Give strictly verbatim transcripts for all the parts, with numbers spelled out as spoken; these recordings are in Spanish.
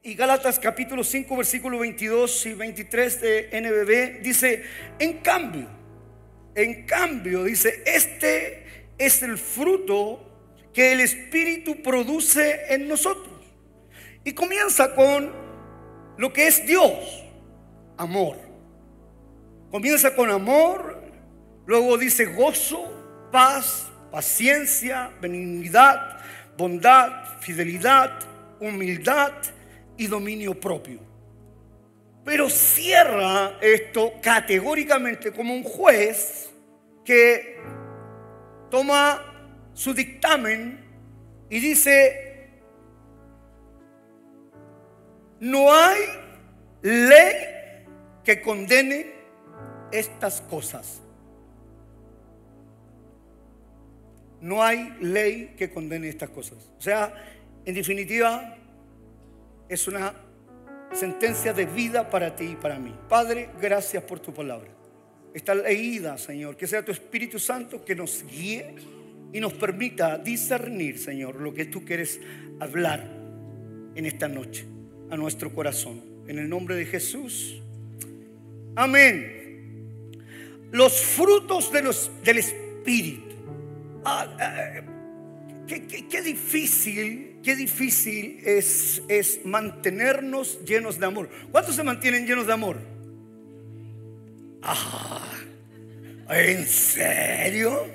Y Gálatas capítulo cinco, versículos veintidós y veintitrés de N B B dice: en cambio, en cambio, dice, este es el fruto que el Espíritu produce en nosotros. Y comienza con lo que es Dios: amor. Comienza con amor, luego dice gozo, paz, paciencia, benignidad, bondad, fidelidad, humildad y dominio propio. Pero cierra esto categóricamente como un juez que toma su dictamen y dice: no hay ley que condene estas cosas. No hay ley que condene estas cosas. O sea, en definitiva, es una sentencia de vida para ti y para mí. Padre, gracias por tu palabra. Está leída, Señor. Que sea tu Espíritu Santo que nos guíe y nos permita discernir, Señor, lo que tú quieres hablar en esta noche a nuestro corazón. En el nombre de Jesús. Amén. Los frutos de los, del Espíritu. Ah, ah, qué, qué, qué difícil, qué difícil es, es mantenernos llenos de amor. ¿Cuántos se mantienen llenos de amor? Ah, ¿en serio?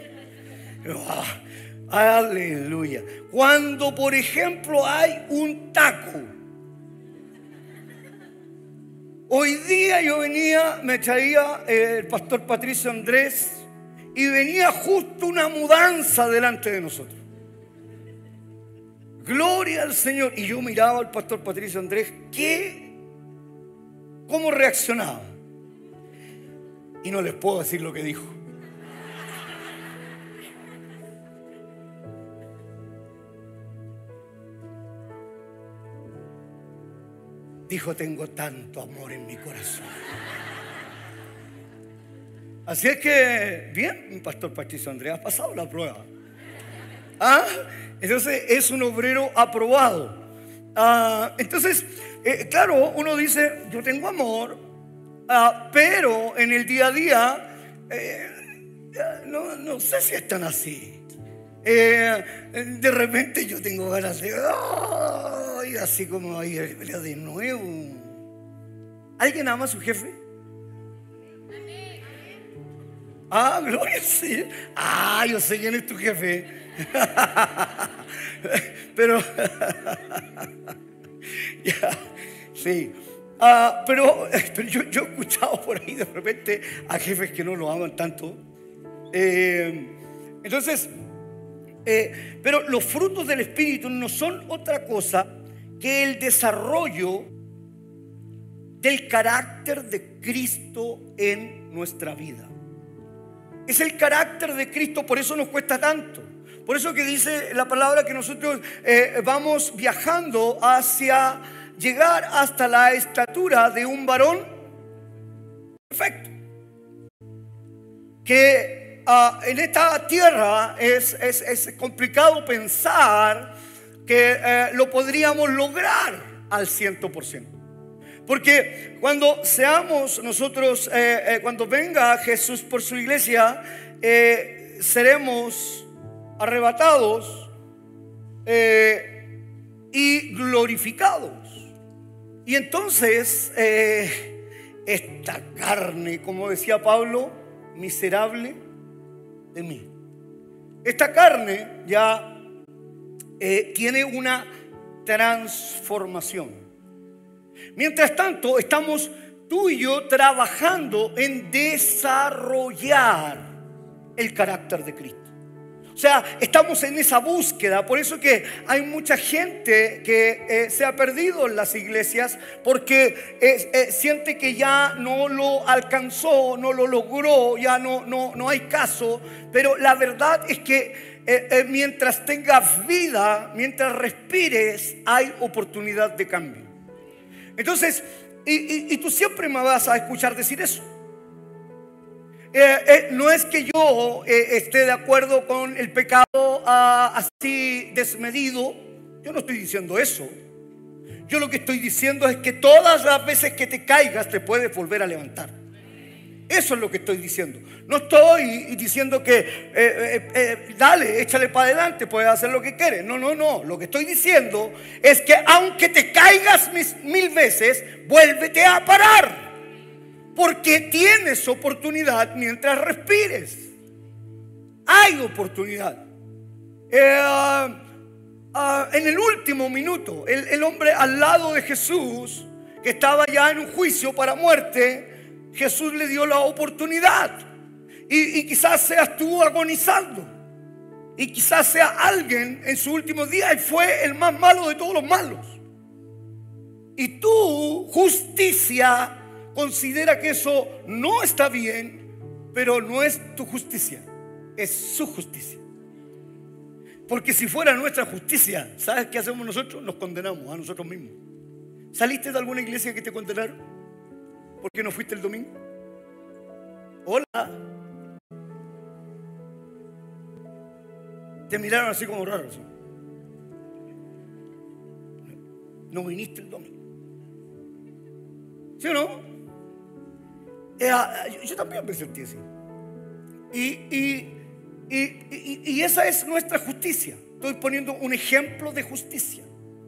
Ah, aleluya. Cuando, por ejemplo, hay un taco. Hoy día yo venía, me traía el pastor Patricio Andrés, y venía justo una mudanza delante de nosotros. Gloria al Señor. Y yo miraba al pastor Patricio Andrés, ¿qué? ¿Cómo reaccionaba? Y no les puedo decir lo que dijo. Dijo: tengo tanto amor en mi corazón. Así es que, bien, mi pastor Patricio Andrés ha pasado la prueba. ¿Ah? Entonces es un obrero aprobado. Ah, entonces, eh, claro, uno dice: yo tengo amor, ah, pero en el día a día eh, no, no sé si están así. Eh, de repente yo tengo ganas de oh, y así como ahí de nuevo. ¿Alguien ama a su jefe? Ah, gloria al Señor. Ah, yo sé quién es tu jefe. Pero ya, sí. Ah, pero, pero yo, yo he escuchado por ahí de repente a jefes que no lo aman tanto. Eh, entonces, eh, pero los frutos del Espíritu no son otra cosa que el desarrollo del carácter de Cristo en nuestra vida. Es el carácter de Cristo, por eso nos cuesta tanto. Por eso que dice la palabra que nosotros eh, vamos viajando hacia llegar hasta la estatura de un varón perfecto. Que uh, en esta tierra es, es, es complicado pensar que eh, lo podríamos lograr al ciento por ciento. Porque cuando seamos nosotros, eh, eh, cuando venga Jesús por su iglesia, eh, seremos arrebatados eh, y glorificados. Y entonces, eh, esta carne, como decía Pablo, miserable de mí. Esta carne ya eh, tiene una transformación. Mientras tanto, estamos tú y yo trabajando en desarrollar el carácter de Cristo. O sea, estamos en esa búsqueda. Por eso que hay mucha gente que eh, se ha perdido en las iglesias porque eh, eh, siente que ya no lo alcanzó, no lo logró, ya no, no, no hay caso. Pero la verdad es que eh, eh, mientras tengas vida, mientras respires, hay oportunidad de cambio. Entonces, y, y, y tú siempre me vas a escuchar decir eso. Eh, eh, no es que yo eh, esté de acuerdo con el pecado uh, así desmedido. Yo no estoy diciendo eso. Yo lo que estoy diciendo es que todas las veces que te caigas te puedes volver a levantar. Eso es lo que estoy diciendo. No estoy diciendo que eh, eh, eh, dale, échale para adelante, puedes hacer lo que quieres. No, no, no. Lo que estoy diciendo es que aunque te caigas mis, mil veces, vuélvete a parar. Porque tienes oportunidad mientras respires. Hay oportunidad. Eh, uh, en el último minuto, el, el hombre al lado de Jesús, que estaba ya en un juicio para muerte, Jesús le dio la oportunidad. Y, y quizás seas tú agonizando. Y quizás sea alguien en su último día y fue el más malo de todos los malos. Y tu justicia considera que eso no está bien, pero no es tu justicia, es su justicia. Porque si fuera nuestra justicia, ¿sabes qué hacemos nosotros? Nos condenamos a nosotros mismos. ¿Saliste de alguna iglesia que te condenaron? ¿Por qué no fuiste el domingo? Hola. Te miraron así como raro, ¿sí? No viniste el domingo. ¿Sí o no? Eh, yo, yo también me sentí así. Y, y, y, y, y esa es nuestra justicia. Estoy poniendo un ejemplo de justicia.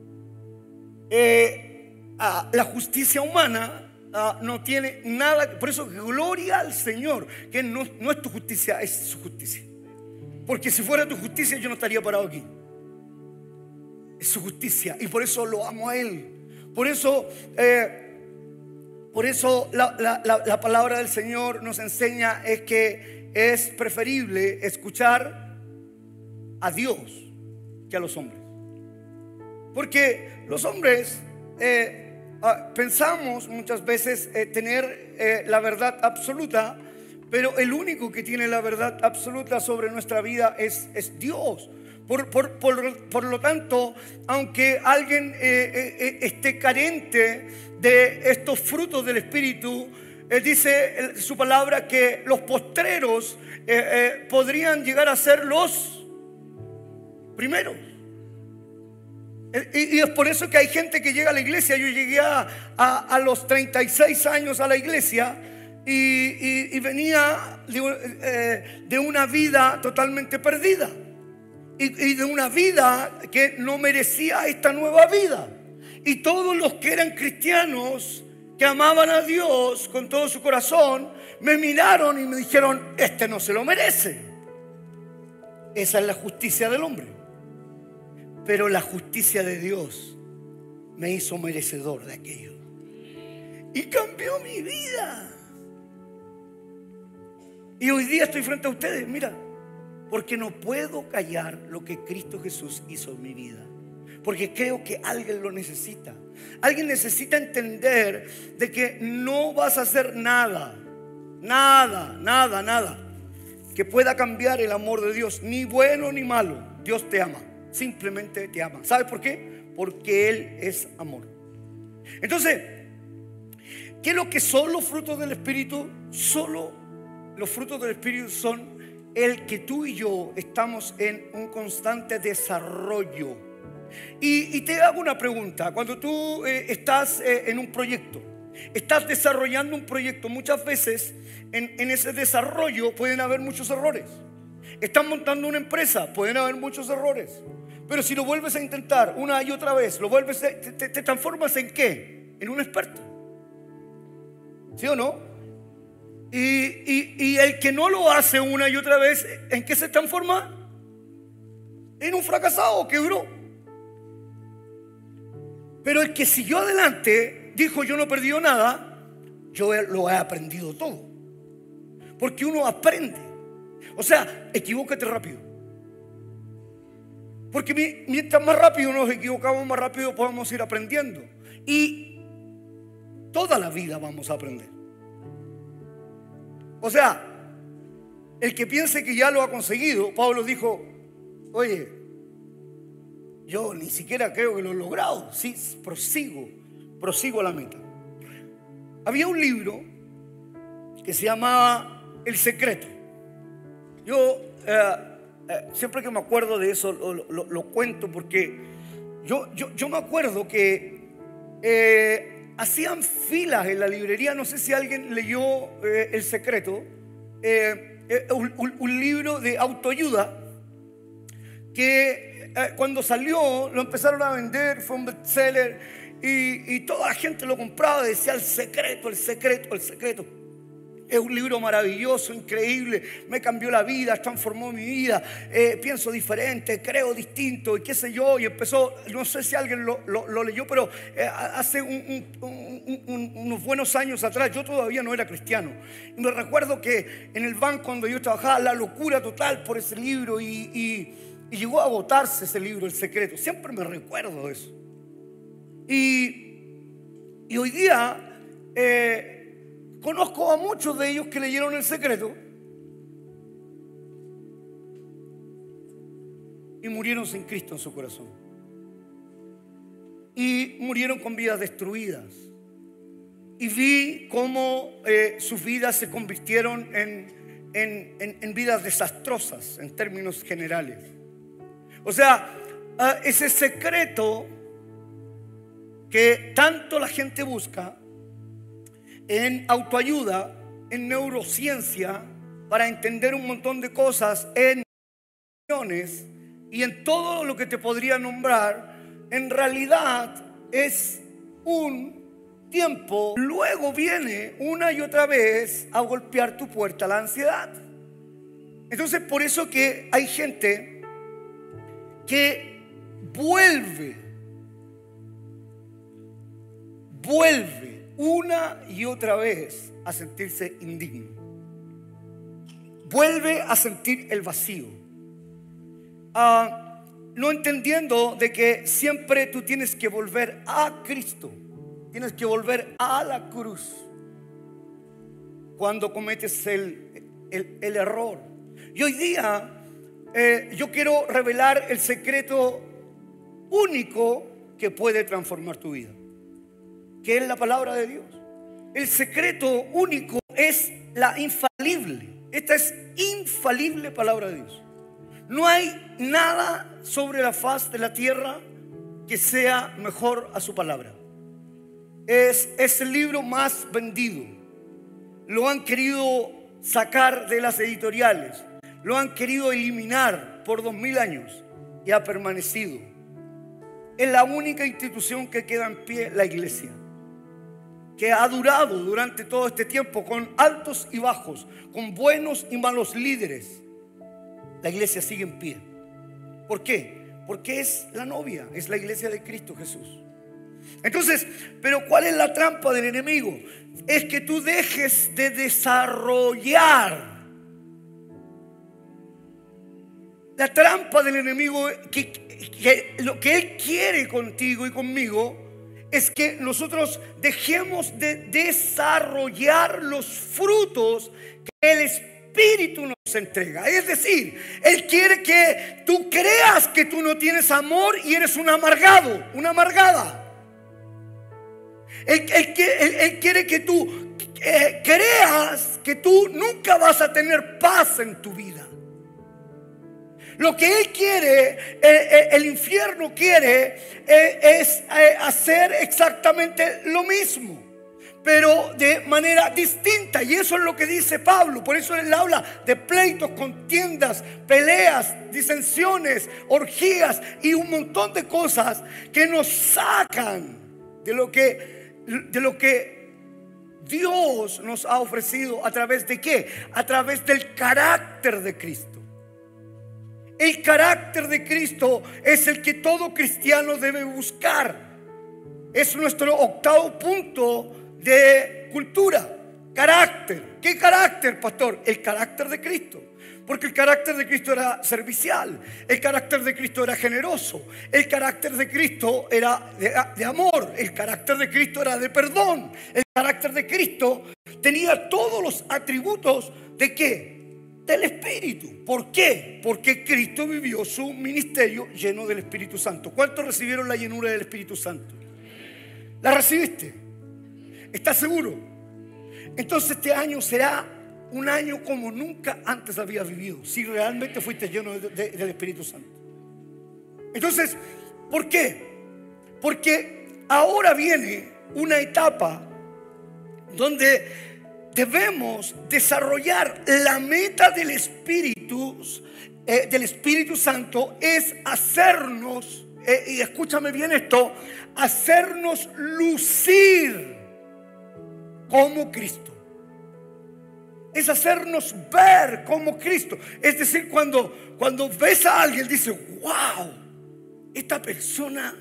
Eh, ah, la justicia humana Uh, no tiene nada. Por eso gloria al Señor, que no, no es tu justicia, es su justicia. Porque si fuera tu justicia yo no estaría parado aquí. Es su justicia y por eso lo amo a Él. Por eso eh, Por eso la, la, la, la palabra del Señor nos enseña es que es preferible escuchar a Dios que a los hombres. Porque los hombres eh, Uh, pensamos muchas veces eh, tener eh, la verdad absoluta, pero el único que tiene la verdad absoluta sobre nuestra vida es, es Dios. Por, por, por, por lo tanto, aunque alguien eh, eh, esté carente de estos frutos del Espíritu, eh, dice su palabra que los postreros eh, eh, podrían llegar a ser los primeros. Y, y es por eso que hay gente que llega a la iglesia. Yo llegué a, a, a los treinta y seis años a la iglesia y, y, y venía de, eh, de una vida totalmente perdida y, y de una vida que no merecía esta nueva vida. Y todos los que eran cristianos, que amaban a Dios con todo su corazón, me miraron y me dijeron: este no se lo merece. Esa es la justicia del hombre. Pero la justicia de Dios me hizo merecedor de aquello y cambió mi vida. Y hoy día estoy frente a ustedes, mira, porque no puedo callar lo que Cristo Jesús hizo en mi vida. Porque creo que alguien lo necesita. Alguien necesita entender de que no vas a hacer nada, nada, nada, nada que pueda cambiar el amor de Dios, ni bueno ni malo. Dios te ama. Simplemente te ama. ¿Sabes por qué? Porque Él es amor. Entonces, ¿qué es lo que son los frutos del Espíritu? Solo los frutos del Espíritu son el que tú y yo estamos en un constante desarrollo. Y, y te hago una pregunta. Cuando tú eh, estás eh, en un proyecto, estás desarrollando un proyecto, muchas veces en, en ese desarrollo pueden haber muchos errores. Estás montando una empresa, pueden haber muchos errores. Pero si lo vuelves a intentar una y otra vez, lo vuelves a, te, te, te transformas en ¿qué? En un experto. ¿Sí o no? Y, y, y el que no lo hace una y otra vez, ¿en qué se transforma? En un fracasado, quebró. Pero el que siguió adelante dijo: yo no he perdido nada, yo lo he aprendido todo. Porque uno aprende. O sea, equivócate rápido. Porque mientras más rápido nos equivocamos, más rápido podemos ir aprendiendo. Y toda la vida vamos a aprender. O sea, el que piense que ya lo ha conseguido, Pablo dijo: oye, yo ni siquiera creo que lo he logrado. Sí, prosigo, prosigo a la meta. Había un libro que se llamaba El Secreto. Yo eh, eh, siempre que me acuerdo de eso lo, lo, lo cuento, porque yo, yo, yo me acuerdo que eh, hacían filas en la librería. No sé si alguien leyó eh, El Secreto, eh, eh, un, un, un libro de autoayuda que eh, cuando salió lo empezaron a vender, fue un bestseller y, y toda la gente lo compraba, decía el secreto, el secreto, el secreto. Es un libro maravilloso, increíble, me cambió la vida, transformó mi vida, eh, pienso diferente, creo distinto y qué sé yo. Y empezó, no sé si alguien lo, lo, lo leyó, pero eh, hace un, un, un, un, unos buenos años atrás yo todavía no era cristiano. Y me recuerdo que en el banco donde yo trabajaba, la locura total por ese libro y, y, y llegó a agotarse ese libro, El Secreto. Siempre me recuerdo de eso. Y, y hoy día... Eh, Conozco a muchos de ellos que leyeron El Secreto y murieron sin Cristo en su corazón. Y murieron con vidas destruidas. Y vi cómo eh, sus vidas se convirtieron en, en, en, en vidas desastrosas en términos generales. O sea, uh, ese secreto que tanto la gente busca en autoayuda, en neurociencia, para entender un montón de cosas, en emociones y en todo lo que te podría nombrar, en realidad es un tiempo. Luego viene una y otra vez a golpear tu puerta la ansiedad. Entonces, por eso que hay gente que vuelve, vuelve una y otra vez a sentirse indigno. Vuelve a sentir el vacío, uh, no entendiendo de que siempre tú tienes que volver a Cristo. Tienes que volver a la cruz cuando cometes el, el, el error. Y hoy día eh, yo quiero revelar el secreto único que puede transformar tu vida, que es la palabra de Dios. El secreto único es la infalible. Esta es infalible palabra de Dios. No hay nada sobre la faz de la tierra que sea mejor a su palabra. Es, es el libro más vendido. Lo han querido sacar de las editoriales, lo han querido eliminar por dos mil años y ha permanecido. Es la única institución que queda en pie, la iglesia, que ha durado durante todo este tiempo con altos y bajos, con buenos y malos líderes. La iglesia sigue en pie. ¿Por qué? Porque es la novia, es la iglesia de Cristo Jesús. Entonces, pero ¿cuál es la trampa del enemigo? Es que tú dejes de desarrollar. La trampa del enemigo, que, que lo que él quiere contigo y conmigo, es que nosotros dejemos de desarrollar los frutos que el Espíritu nos entrega. Es decir, Él quiere que tú creas que tú no tienes amor y eres un amargado, una amargada. Él, él, él, él quiere que tú eh, creas que tú nunca vas a tener paz en tu vida. Lo que Él quiere, eh, eh, el infierno quiere, eh, es eh, hacer exactamente lo mismo, pero de manera distinta. Y eso es lo que dice Pablo. Por eso él habla de pleitos, contiendas, peleas, disensiones, orgías y un montón de cosas que nos sacan de lo que, de lo que Dios nos ha ofrecido. ¿A través de qué? A través del carácter de Cristo. El carácter de Cristo es el que todo cristiano debe buscar. Es nuestro octavo punto de cultura. Carácter. ¿Qué carácter, pastor? El carácter de Cristo. Porque el carácter de Cristo era servicial, el carácter de Cristo era generoso, el carácter de Cristo era de, de amor, el carácter de Cristo era de perdón, el carácter de Cristo tenía todos los atributos de ¿qué? Del Espíritu. ¿Por qué? Porque Cristo vivió su ministerio lleno del Espíritu Santo. ¿Cuántos recibieron la llenura del Espíritu Santo? ¿La recibiste? ¿Estás seguro? Entonces este año será un año como nunca antes había vivido, si realmente fuiste lleno de, de, del Espíritu Santo. Entonces, ¿por qué? Porque ahora viene una etapa donde debemos desarrollar la meta del Espíritu, eh, del Espíritu Santo, es hacernos, eh, y escúchame bien esto, hacernos lucir como Cristo. Es hacernos ver como Cristo. Es decir, cuando, cuando ves a alguien, dices, wow, esta persona,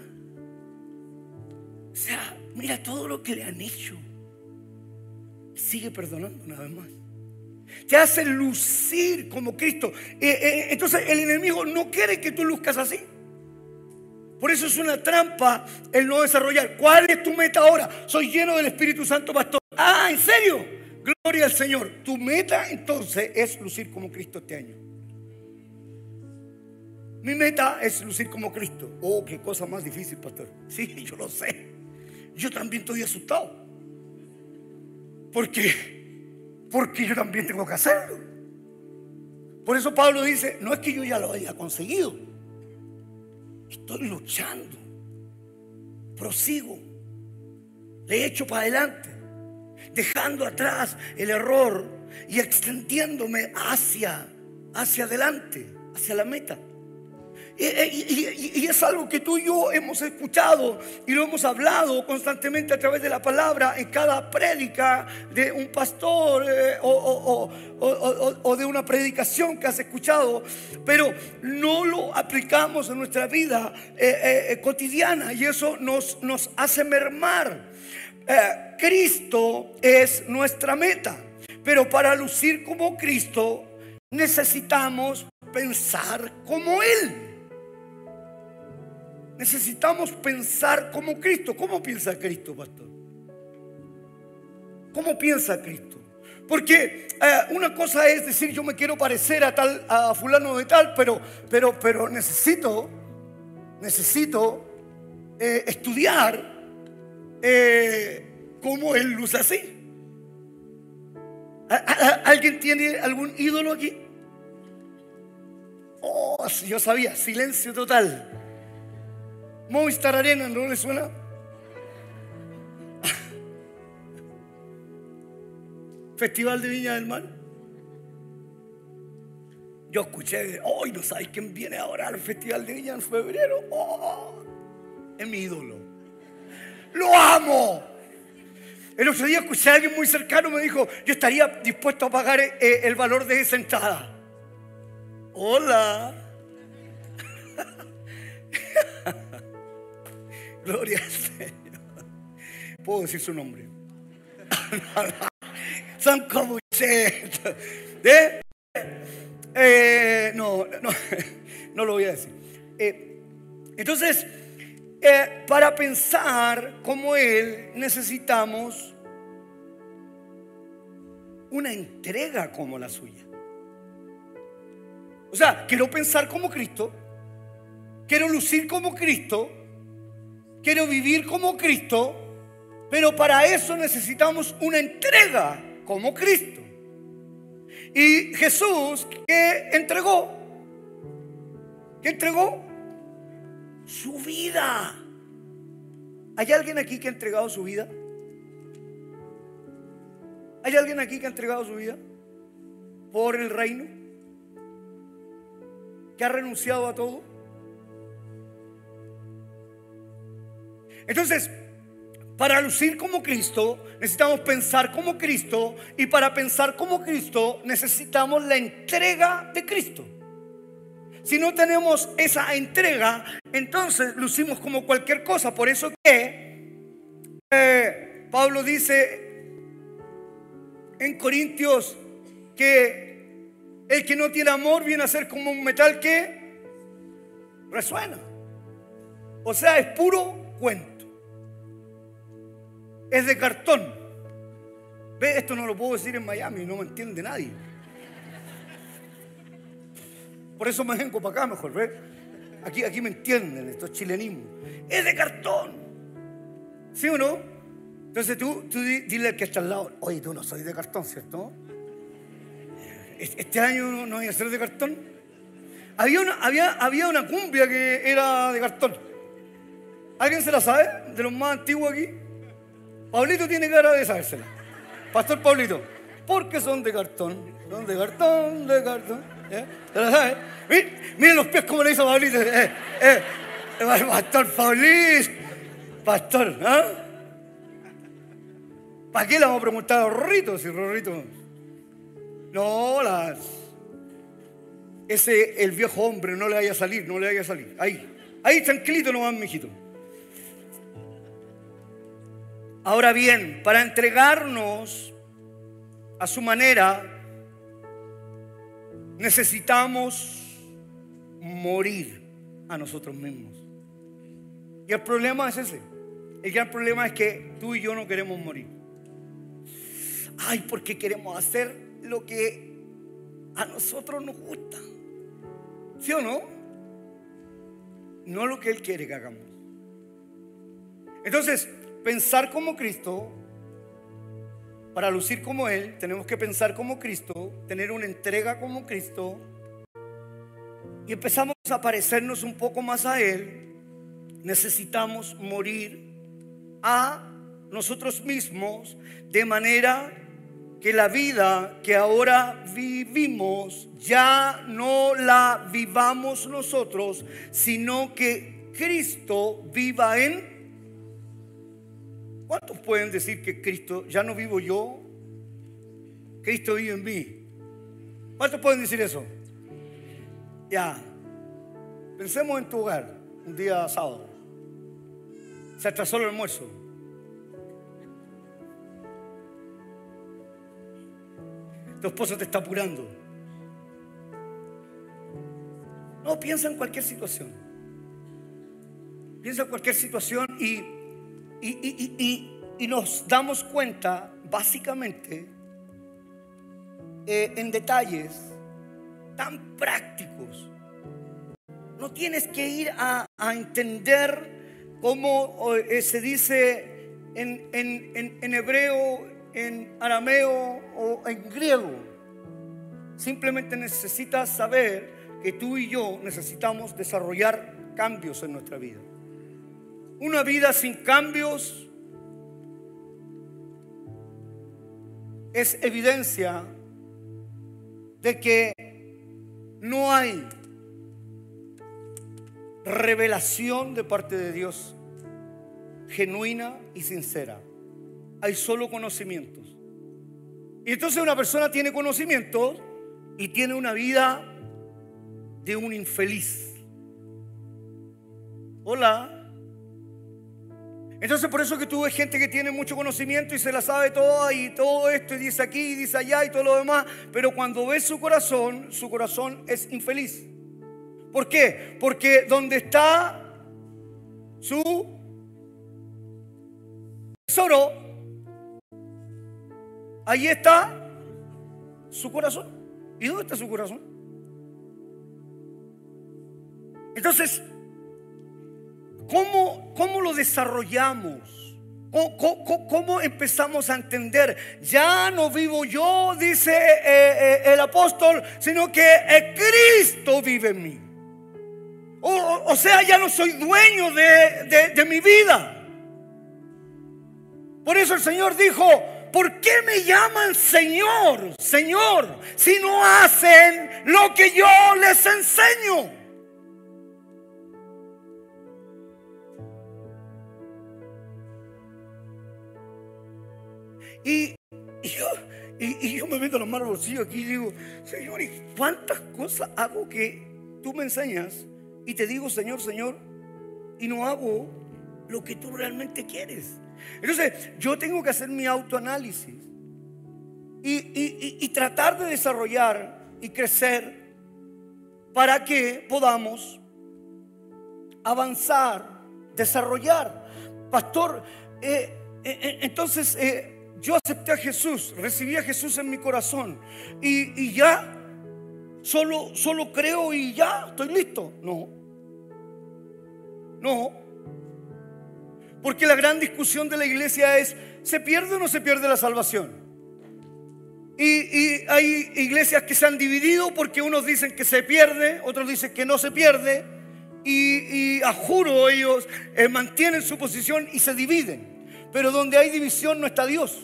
o sea, mira todo lo que le han hecho, sigue perdonando una vez más. Te hace lucir como Cristo. eh, eh, Entonces el enemigo no quiere que tú luzcas así. Por eso es una trampa el no desarrollar. ¿Cuál es tu meta ahora? Soy lleno del Espíritu Santo, pastor. Ah, ¿en serio? Gloria al Señor. Tu meta entonces es lucir como Cristo este año. Mi meta es lucir como Cristo. Oh, qué cosa más difícil, pastor. Sí, yo lo sé. Yo también estoy asustado. ¿Por qué? Porque yo también tengo que hacerlo. Por eso Pablo dice, no es que yo ya lo haya conseguido, estoy luchando, prosigo, le echo para adelante, dejando atrás el error y extendiéndome hacia, hacia adelante, hacia la meta. Y, y, y, y es algo que tú y yo hemos escuchado y lo hemos hablado constantemente a través de la palabra en cada prédica de un pastor eh, o, o, o, o, o de una predicación que has escuchado, pero no lo aplicamos en nuestra vida eh, eh, cotidiana, y eso nos, nos hace mermar. eh, Cristo es nuestra meta, pero para lucir como Cristo necesitamos pensar como Él. Necesitamos pensar como Cristo. ¿Cómo piensa Cristo, pastor? ¿Cómo piensa Cristo? Porque eh, una cosa es decir, yo me quiero parecer a tal, a fulano de tal, pero, pero, pero necesito, necesito eh, estudiar eh, cómo Él luce así. ¿A, a, ¿Alguien tiene algún ídolo aquí? Oh, si yo sabía, silencio total. Movistar Arena, ¿no le suena? Festival de Viña del Mar. Yo escuché, hoy oh, no sabes quién viene ahora al Festival de Viña en febrero. Oh, es mi ídolo. Lo amo. El otro día escuché a alguien muy cercano, me dijo, yo estaría dispuesto a pagar eh, el valor de esa entrada. Hola. Gloria al Señor. ¿Puedo decir su nombre? Son como ustedes. ¿Eh? Eh, no, no, no lo voy a decir. Eh, entonces, eh, para pensar como Él necesitamos una entrega como la suya. O sea, quiero pensar como Cristo, quiero lucir como Cristo, quiero vivir como Cristo, pero para eso necesitamos una entrega como Cristo. Y Jesús, ¿qué entregó? ¿Qué entregó? Su vida. ¿Hay alguien aquí que ha entregado su vida? ¿Hay alguien aquí que ha entregado su vida por el reino? ¿Que ha renunciado a todo? Entonces, para lucir como Cristo necesitamos pensar como Cristo, y para pensar como Cristo necesitamos la entrega de Cristo. Si no tenemos esa entrega, entonces lucimos como cualquier cosa. Por eso que eh, Pablo dice en Corintios que el que no tiene amor viene a ser como un metal que resuena. O sea, es puro cuento. Es de cartón. Ve, esto no lo puedo decir en Miami, no me entiende nadie. Por eso me vengo para acá mejor, ¿ve? Aquí, aquí me entienden estos chilenismos. Es de cartón. ¿Sí o no? Entonces tú, tú dile al que está al lado, oye, tú no soy de cartón, ¿cierto? ¿Este año no, no hay que ser de cartón? Había una, había, había una cumbia que era de cartón. ¿Alguien se la sabe? De los más antiguos aquí. Pablito tiene cara de sabérsela. Pastor Pablito. Porque son de cartón. Son de cartón, de cartón. ¿Eh? ¿Se la sabe? Miren, miren los pies como le hizo Pablito. Eh, eh. Pastor Pablito. Pastor, ¿ah? ¿eh? ¿Para qué le vamos a preguntar a Rorrito? Si Rorrito. No, las. Ese, el viejo hombre, no le vaya a salir, no le vaya a salir. Ahí, ahí tranquilito nomás, mijito. Ahora bien, para entregarnos a su manera, necesitamos morir a nosotros mismos. Y el problema es ese. El gran problema es que tú y yo no queremos morir. Ay, porque queremos hacer lo que a nosotros nos gusta. ¿Sí o no? No lo que Él quiere que hagamos. Entonces, pensar como Cristo, para lucir como Él, tenemos que pensar como Cristo, tener una entrega como Cristo, y empezamos a parecernos un poco más a Él. Necesitamos morir a nosotros mismos, de manera que la vida que ahora vivimos ya no la vivamos nosotros, sino que Cristo viva en. ¿Cuántos pueden decir que Cristo, ya no vivo yo, Cristo vive en mí? ¿Cuántos pueden decir eso? Ya. Pensemos en tu hogar, un día sábado. Se atrasó el almuerzo. Tu esposo te está apurando. No, piensa en cualquier situación. Piensa en cualquier situación y, y, y, y, y nos damos cuenta, básicamente, eh, en detalles tan prácticos. No tienes que ir a, a entender cómo eh, se dice en, en, en, en hebreo, en arameo o en griego. Simplemente necesitas saber que tú y yo necesitamos desarrollar cambios en nuestra vida. Una vida sin cambios es evidencia de que no hay revelación de parte de Dios genuina y sincera. Hay solo conocimientos. Y entonces una persona tiene conocimientos y tiene una vida de un infeliz. Hola. Entonces por eso que tú ves gente que tiene mucho conocimiento y se la sabe toda y todo esto y dice aquí y dice allá y todo lo demás, pero cuando ves su corazón, su corazón es infeliz. ¿Por qué? Porque donde está su tesoro, ahí está su corazón. ¿Y dónde está su corazón? Entonces, ¿cómo, cómo lo desarrollamos? ¿Cómo, cómo, ¿Cómo empezamos a entender? Ya no vivo yo, dice eh, eh, el apóstol, sino que eh, Cristo vive en mí. O, o sea, ya no soy dueño de, de, de mi vida. Por eso el Señor dijo: ¿por qué me llaman Señor, Señor, si no hacen lo que yo les enseño? Y, y, yo, y, y yo me meto las manos al bolsillo aquí y digo: Señor, ¿y cuántas cosas hago que tú me enseñas? Y te digo: Señor, Señor, y no hago lo que tú realmente quieres. Entonces yo tengo que hacer mi autoanálisis y, y, y, y tratar de desarrollar y crecer para que podamos avanzar, desarrollar. Pastor, eh, eh, entonces eh, yo acepté a Jesús, recibí a Jesús en mi corazón y, y ya solo, solo creo y ya estoy listo. No, no. Porque la gran discusión de la iglesia es: ¿se pierde o no se pierde la salvación? Y, y hay iglesias que se han dividido porque unos dicen que se pierde, otros dicen que no se pierde. y, y a juro ellos eh, mantienen su posición y se dividen. Pero donde hay división no está Dios.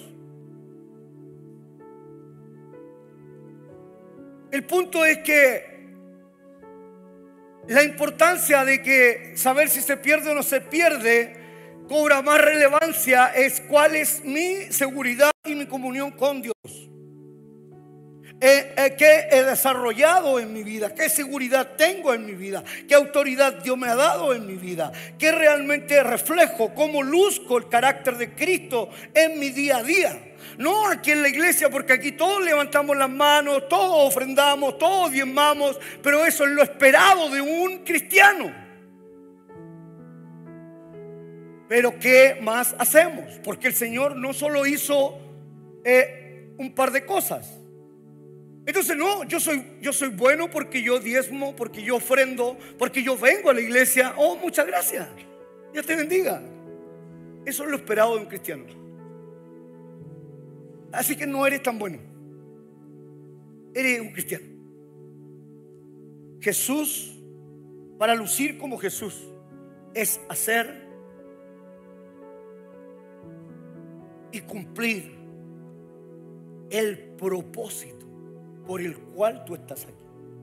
El punto es que la importancia de que saber si se pierde o no se pierde cobra más relevancia es cuál es mi seguridad y mi comunión con Dios. Eh, eh, ¿Qué he desarrollado en mi vida? ¿Qué seguridad tengo en mi vida? ¿Qué autoridad Dios me ha dado en mi vida? ¿Qué realmente reflejo? ¿Cómo luzco el carácter de Cristo en mi día a día? No aquí en la iglesia, porque aquí todos levantamos las manos, todos ofrendamos, todos diezmamos, pero eso es lo esperado de un cristiano. Pero ¿qué más hacemos? Porque el Señor no solo hizo eh, un par de cosas. Entonces no, yo soy, yo soy bueno porque yo diezmo, porque yo ofrendo, porque yo vengo a la iglesia. Oh, muchas gracias, Dios te bendiga. Eso es lo esperado de un cristiano. Así que no eres tan bueno, eres un cristiano. Jesús, para lucir como Jesús, es hacer y cumplir el propósito por el cual tú estás aquí.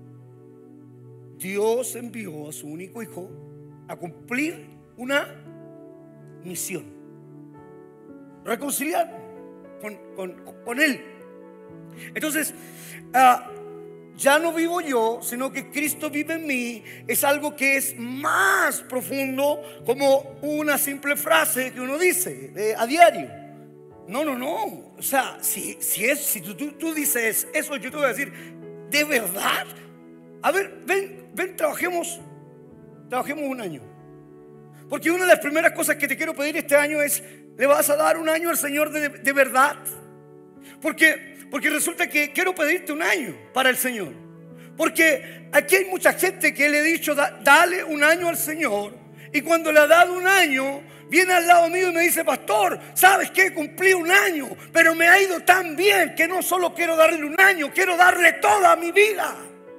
Dios envió a su único hijo a cumplir una misión: reconciliar con, con, con Él. Entonces uh, ya no vivo yo, sino que Cristo vive en mí. Es algo que es más profundo, como una simple frase que uno dice eh, a diario. No, no, no. O sea, si, si, es, si tú, tú, tú dices eso, yo te voy a decir, ¿de verdad? A ver, ven, ven, trabajemos, trabajemos un año. Porque una de las primeras cosas que te quiero pedir este año es: ¿le vas a dar un año al Señor de, de verdad? Porque, porque resulta que quiero pedirte un año para el Señor. Porque aquí hay mucha gente que le he dicho, da, dale un año al Señor, y cuando le ha dado un año, viene al lado mío y me dice: pastor, ¿sabes qué? Cumplí un año, pero me ha ido tan bien que no solo quiero darle un año, quiero darle toda mi vida.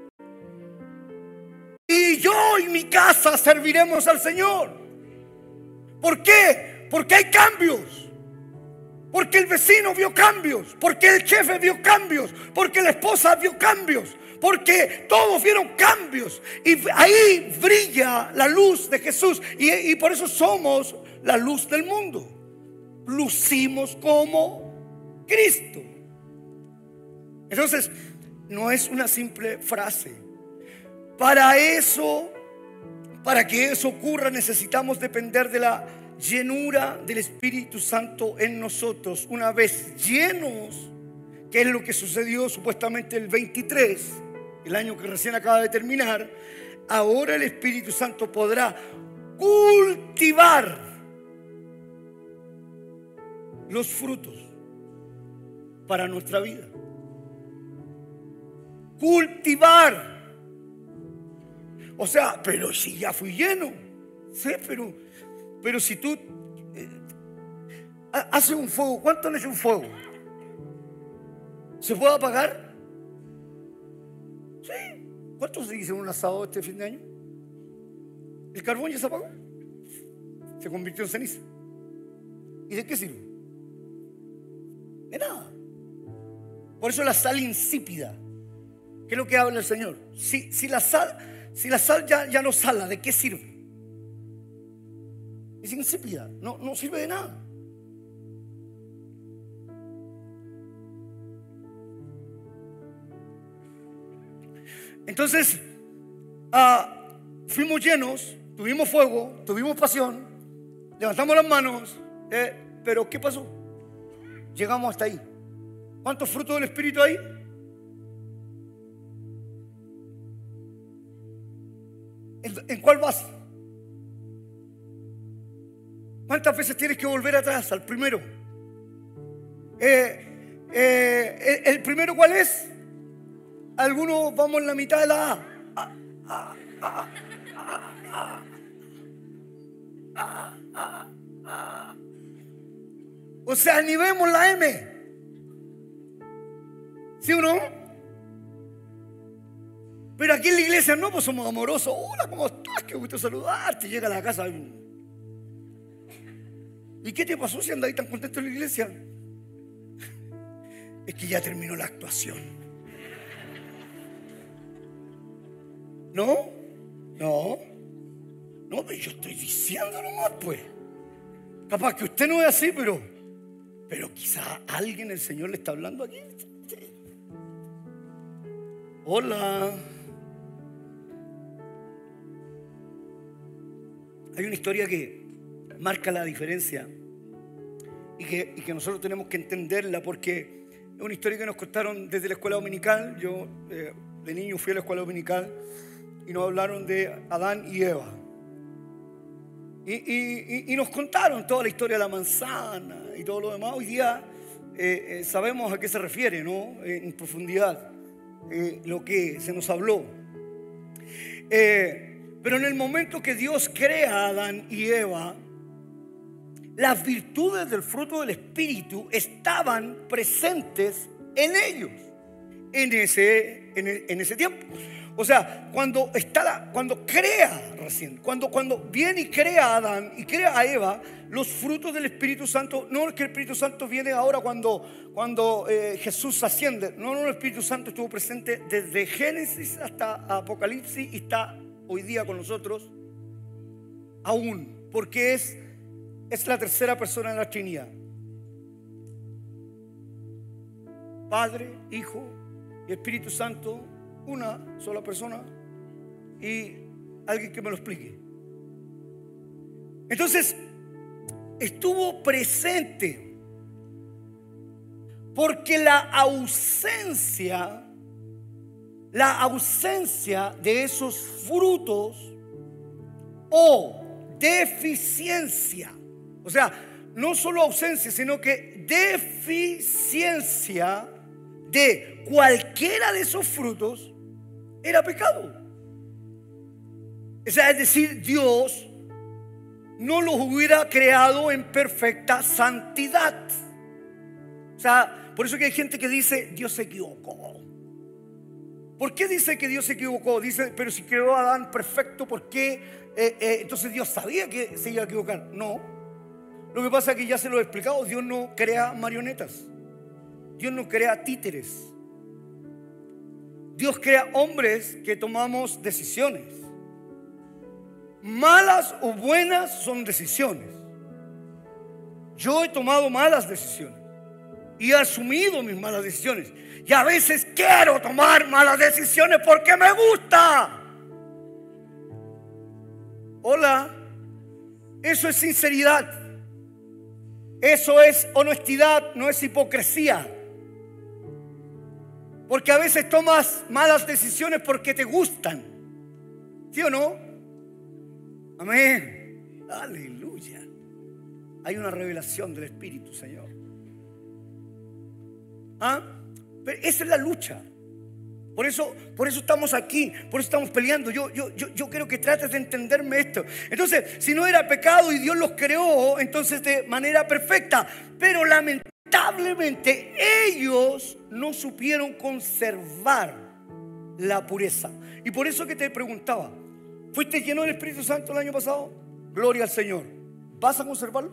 Y yo y mi casa serviremos al Señor. ¿Por qué? Porque hay cambios. Porque el vecino vio cambios. Porque el jefe vio cambios. Porque la esposa vio cambios. Porque todos vieron cambios. Y ahí brilla la luz de Jesús. Y, y por eso somos la luz del mundo. Lucimos como Cristo. Entonces, no es una simple frase. Para eso, para que eso ocurra, necesitamos depender de la llenura del Espíritu Santo en nosotros. Una vez llenos, que es lo que sucedió supuestamente el veintitrés, el año que recién acaba de terminar, ahora el Espíritu Santo podrá cultivar los frutos para nuestra vida. Cultivar. O sea, pero si ya fui lleno. Sí, pero, pero si tú eh, haces un fuego, ¿cuánto le echa un fuego? ¿Se puede apagar? Sí. ¿Cuánto se hizo un asado este fin de año? ¿El carbón ya se apagó? Se convirtió en ceniza. ¿Y de qué sirve? De nada. Por eso la sal insípida, que es lo que habla el Señor. Si, si la sal, si la sal ya, ya no sala, ¿de qué sirve? Es insípida, no, no sirve de nada. Entonces uh, fuimos llenos, tuvimos fuego, tuvimos pasión, levantamos las manos, eh, pero ¿qué pasó? Llegamos hasta ahí. ¿Cuántos frutos del Espíritu hay? ¿En, ¿En cuál vas? ¿Cuántas veces tienes que volver atrás al primero? Eh, eh, ¿El primero cuál es? Algunos vamos en la mitad de la A. Ah, ah, ah, ah, ah, ah, ah. O sea, ni vemos la M. ¿Sí o no? Pero aquí en la iglesia no, pues somos amorosos. Hola, ¿cómo estás? Qué gusto saludarte. Llega a la casa. ¿Y qué te pasó si andas ahí tan contento en la iglesia? Es que ya terminó la actuación. ¿No? No. No, pero yo estoy diciendo nomás, pues. Capaz que usted no es así, pero Pero quizá alguien, el Señor le está hablando aquí. Sí. Hola. Hay una historia que marca la diferencia y que, y que nosotros tenemos que entenderla, porque es una historia que nos contaron desde la escuela dominical. Yo eh, de niño fui a la escuela dominical y nos hablaron de Adán y Eva. Y, y, y nos contaron toda la historia de la manzana y todo lo demás. Hoy día eh, eh, sabemos a qué se refiere, ¿no? Eh, en profundidad eh, lo que se nos habló. Eh, pero en el momento que Dios crea a Adán y Eva, las virtudes del fruto del Espíritu estaban presentes en ellos en ese, en, el, en ese tiempo. O sea, cuando, está la, cuando crea recién, cuando, cuando viene y crea a Adán y crea a Eva, los frutos del Espíritu Santo, no es que el Espíritu Santo viene ahora cuando, cuando eh, Jesús asciende. No, no, el Espíritu Santo estuvo presente desde Génesis hasta Apocalipsis y está hoy día con nosotros aún, porque es, es la tercera persona de la Trinidad. Padre, Hijo y Espíritu Santo, una sola persona, y alguien que me lo explique. Entonces, estuvo presente porque la ausencia, la ausencia de esos frutos o deficiencia, o sea, no solo ausencia, sino que deficiencia de cualquiera de esos frutos era pecado. O sea, es decir, Dios no los hubiera creado en perfecta santidad. O sea, por eso que hay gente que dice Dios se equivocó. ¿Por qué dice que Dios se equivocó? Dice, pero si creó a Adán perfecto, ¿por qué? Eh, eh, entonces Dios sabía que se iba a equivocar. No. Lo que pasa es que ya se lo he explicado. Dios no crea marionetas. Dios no crea títeres. Dios crea hombres que tomamos decisiones. Malas o buenas son decisiones. Yo he tomado malas decisiones y he asumido mis malas decisiones. Y a veces quiero tomar malas decisiones porque me gusta. Hola. Eso es sinceridad. Eso es honestidad, no es hipocresía. Porque a veces tomas malas decisiones porque te gustan. ¿Sí o no? Amén. Aleluya. Hay una revelación del Espíritu, Señor. ¿Ah? Pero esa es la lucha. Por eso, por eso estamos aquí, por eso estamos peleando. Yo, yo, yo, yo quiero que trates de entenderme esto. Entonces, si no era pecado y Dios los creó, entonces de manera perfecta. Pero lamentablemente ellos no supieron conservar la pureza. Y por eso que te preguntaba, ¿fuiste lleno del Espíritu Santo el año pasado? Gloria al Señor. ¿Vas a conservarlo?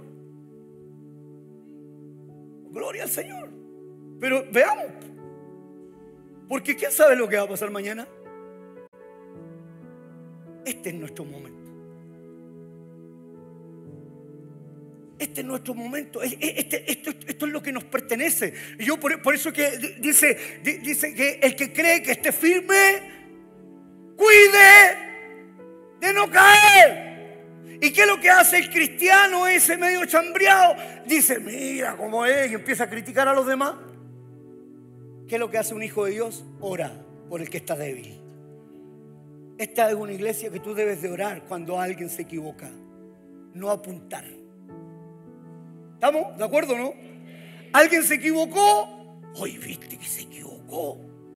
Gloria al Señor. Pero veamos. Porque ¿quién sabe lo que va a pasar mañana? Este es nuestro momento. Este es nuestro momento. Este, esto, esto es lo que nos pertenece. Y yo por, por eso que dice, dice que el que cree que esté firme, cuide de no caer. ¿Y qué es lo que hace el cristiano ese medio chambreado? Dice, mira cómo es, y empieza a criticar a los demás. ¿Qué es lo que hace un hijo de Dios? Ora por el que está débil. Esta es una iglesia que tú debes de orar cuando alguien se equivoca, no apuntar. ¿Estamos de acuerdo, no? Alguien se equivocó. Hoy viste que se equivocó.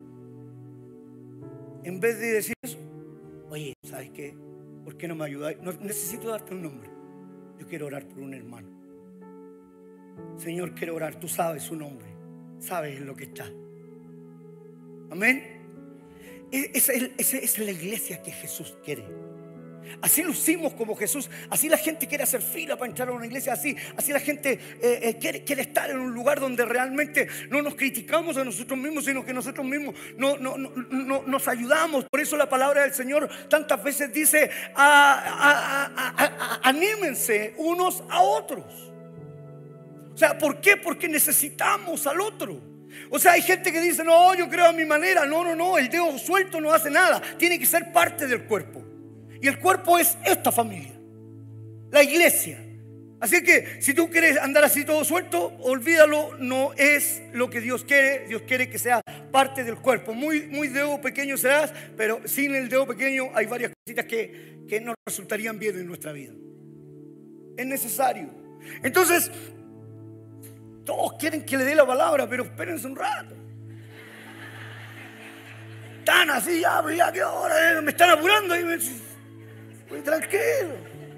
En vez de decir eso, oye, ¿sabes qué? ¿Por qué no me ayudáis? No necesito darte un nombre. Yo quiero orar por un hermano. Señor, quiero orar. Tú sabes su nombre. Sabes en lo que está. Amén. Esa es, esa es la iglesia que Jesús quiere. Así lucimos como Jesús. Así la gente quiere hacer fila para entrar a una iglesia. Así, así la gente eh, eh, quiere, quiere estar en un lugar donde realmente no nos criticamos a nosotros mismos, sino que nosotros mismos no, no, no, no, nos ayudamos. Por eso la palabra del Señor tantas veces dice: a, a, a, a, a, anímense unos a otros. O sea, ¿por qué? Porque necesitamos al otro. O sea, hay gente que dice: no, yo creo a mi manera. No, no, no, el dedo suelto no hace nada. Tiene que ser parte del cuerpo. Y el cuerpo es esta familia, la iglesia. Así que si tú quieres andar así todo suelto, olvídalo, no es lo que Dios quiere. Dios quiere que sea parte del cuerpo. Muy, muy dedo pequeño serás, pero sin el dedo pequeño hay varias cositas que, que nos resultarían bien en nuestra vida. Es necesario. Entonces, todos quieren que le dé la palabra, pero espérense un rato. Están así, ya, ya, ¿qué hora? Me están apurando y me... Pues tranquilo.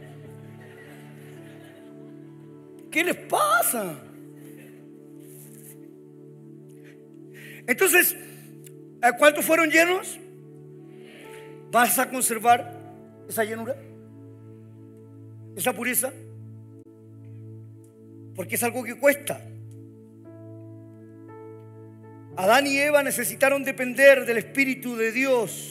¿Qué les pasa? Entonces, ¿cuántos fueron llenos? ¿Vas a conservar esa llenura? ¿Esa pureza? Porque es algo que cuesta. Adán y Eva necesitaron depender del Espíritu de Dios.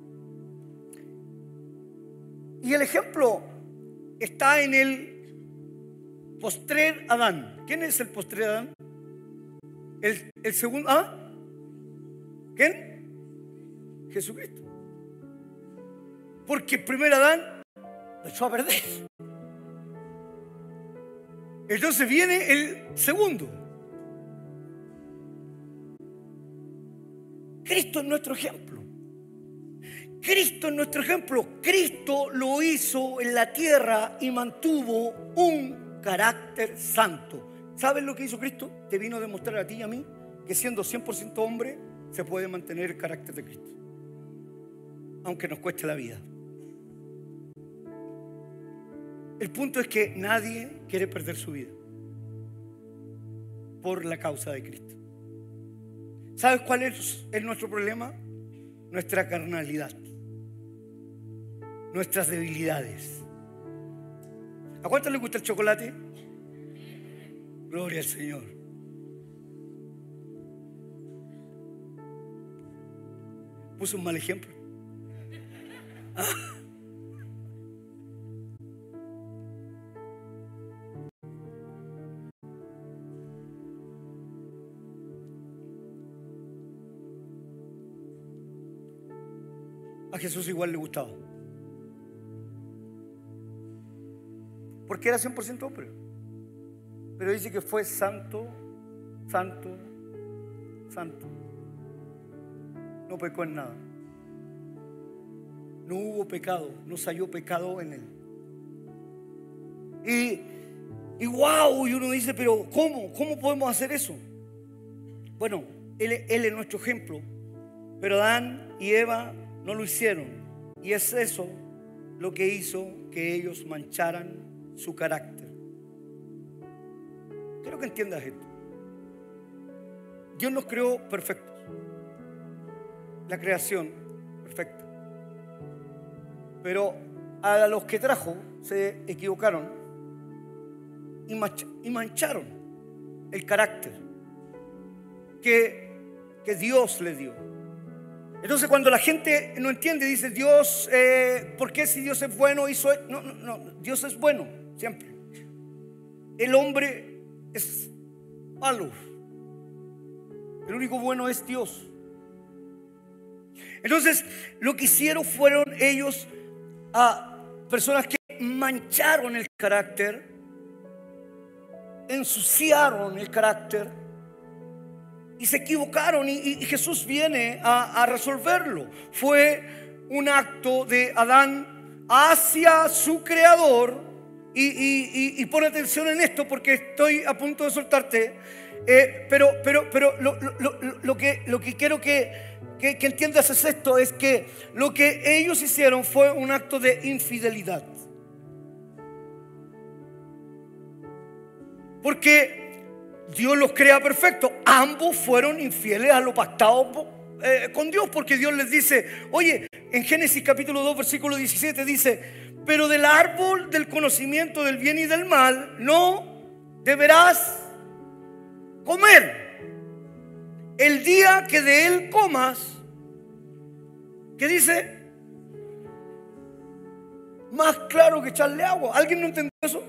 Y el ejemplo está en el postrer Adán. ¿Quién es el postrer Adán? El, el segundo, ¿ah? ¿Quién? Jesucristo. Porque el primer Adán lo echó a perder. Entonces viene el segundo. Cristo es nuestro ejemplo. Cristo es nuestro ejemplo. Cristo lo hizo en la tierra y mantuvo un carácter santo. ¿Sabes lo que hizo Cristo? Te vino a demostrar a ti y a mí que siendo cien por ciento hombre se puede mantener el carácter de Cristo, aunque nos cueste la vida. El punto es que nadie quiere perder su vida por la causa de Cristo. ¿Sabes cuál es, es nuestro problema? Nuestra carnalidad, nuestras debilidades. ¿A cuántos les gusta el chocolate? Gloria al Señor. Puse un mal ejemplo. ¿Ah? A Jesús igual le gustaba, porque era cien por ciento hombre. Pero dice que fue santo, santo, santo. No pecó en nada. No hubo pecado, no salió pecado en él. Y, y wow, y uno dice: pero ¿cómo? ¿Cómo podemos hacer eso? Bueno, él, él es nuestro ejemplo. Pero Adán y Eva no lo hicieron. Y es eso lo que hizo que ellos mancharan su carácter. Quiero que entiendas esto. Dios nos creó perfectos. La creación perfecta. Pero a los que trajo se equivocaron y, manch- y mancharon el carácter que, que Dios le dio. Entonces cuando la gente no entiende, dice: Dios, eh, ¿por qué si Dios es bueno hizo? No, no, no, Dios es bueno siempre. El hombre es malo. El único bueno es Dios. Entonces lo que hicieron fueron ellos a personas que mancharon el carácter, ensuciaron el carácter y se equivocaron, y, y Jesús viene a, a resolverlo. Fue un acto de Adán hacia su creador. Y, y, y, y pon atención en esto, porque estoy a punto de soltarte. eh, Pero, pero, pero lo, lo, lo, lo, que, lo que quiero que, que, que entiendas es esto: es que lo que ellos hicieron fue un acto de infidelidad. Porque Dios los crea perfectos. Ambos fueron infieles a lo pactado eh, con Dios, porque Dios les dice, oye, en Génesis capítulo dos, versículo diecisiete dice, pero del árbol del conocimiento del bien y del mal no deberás comer. El día que de él comas, ¿qué dice? Más claro que echarle agua. ¿Alguien no entendió eso?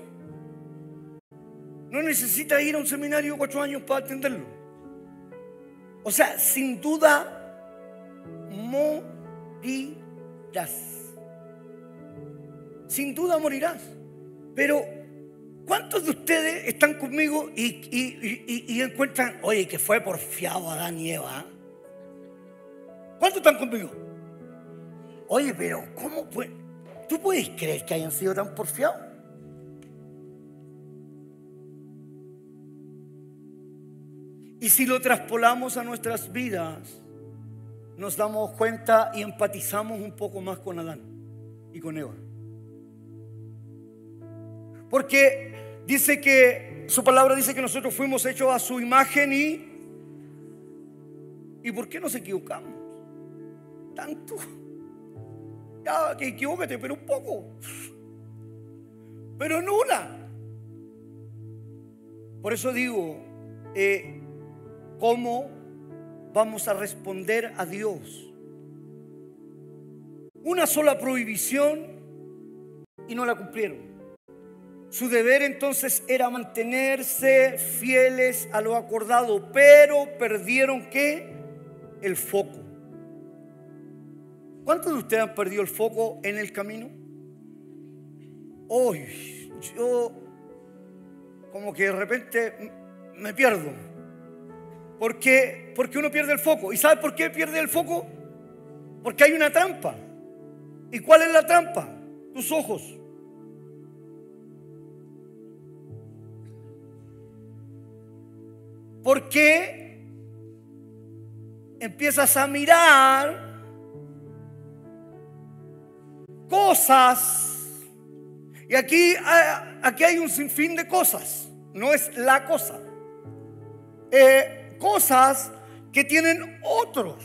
No necesita ir a un seminario cuatro años para entenderlo. O sea, sin duda morirás. Sin duda morirás. Pero ¿cuántos de ustedes están conmigo y, y, y, y encuentran, oye, que fue porfiado Adán y Eva? ¿Cuántos están conmigo? Oye, pero ¿cómo puede? ¿Tú puedes creer que hayan sido tan porfiados? Y si lo traspolamos a nuestras vidas, nos damos cuenta y empatizamos un poco más con Adán y con Eva. Porque dice que, su palabra dice que nosotros fuimos hechos a su imagen y... ¿Y por qué nos equivocamos? Tanto. Ya, que equivócate, pero un poco. Pero en una. Por eso digo, eh, ¿cómo vamos a responder a Dios? Una sola prohibición y no la cumplieron. Su deber entonces era mantenerse fieles a lo acordado, pero perdieron ¿qué? El foco. ¿Cuántos de ustedes han perdido el foco en el camino? Hoy yo como que de repente me pierdo. ¿Por qué? Porque uno pierde el foco. ¿Y sabe por qué pierde el foco? Porque hay una trampa. ¿Y cuál es la trampa? Tus ojos. ¿Por qué empiezas a mirar cosas? Y aquí, aquí hay un sinfín de cosas. No es la cosa. Eh, cosas que tienen otros.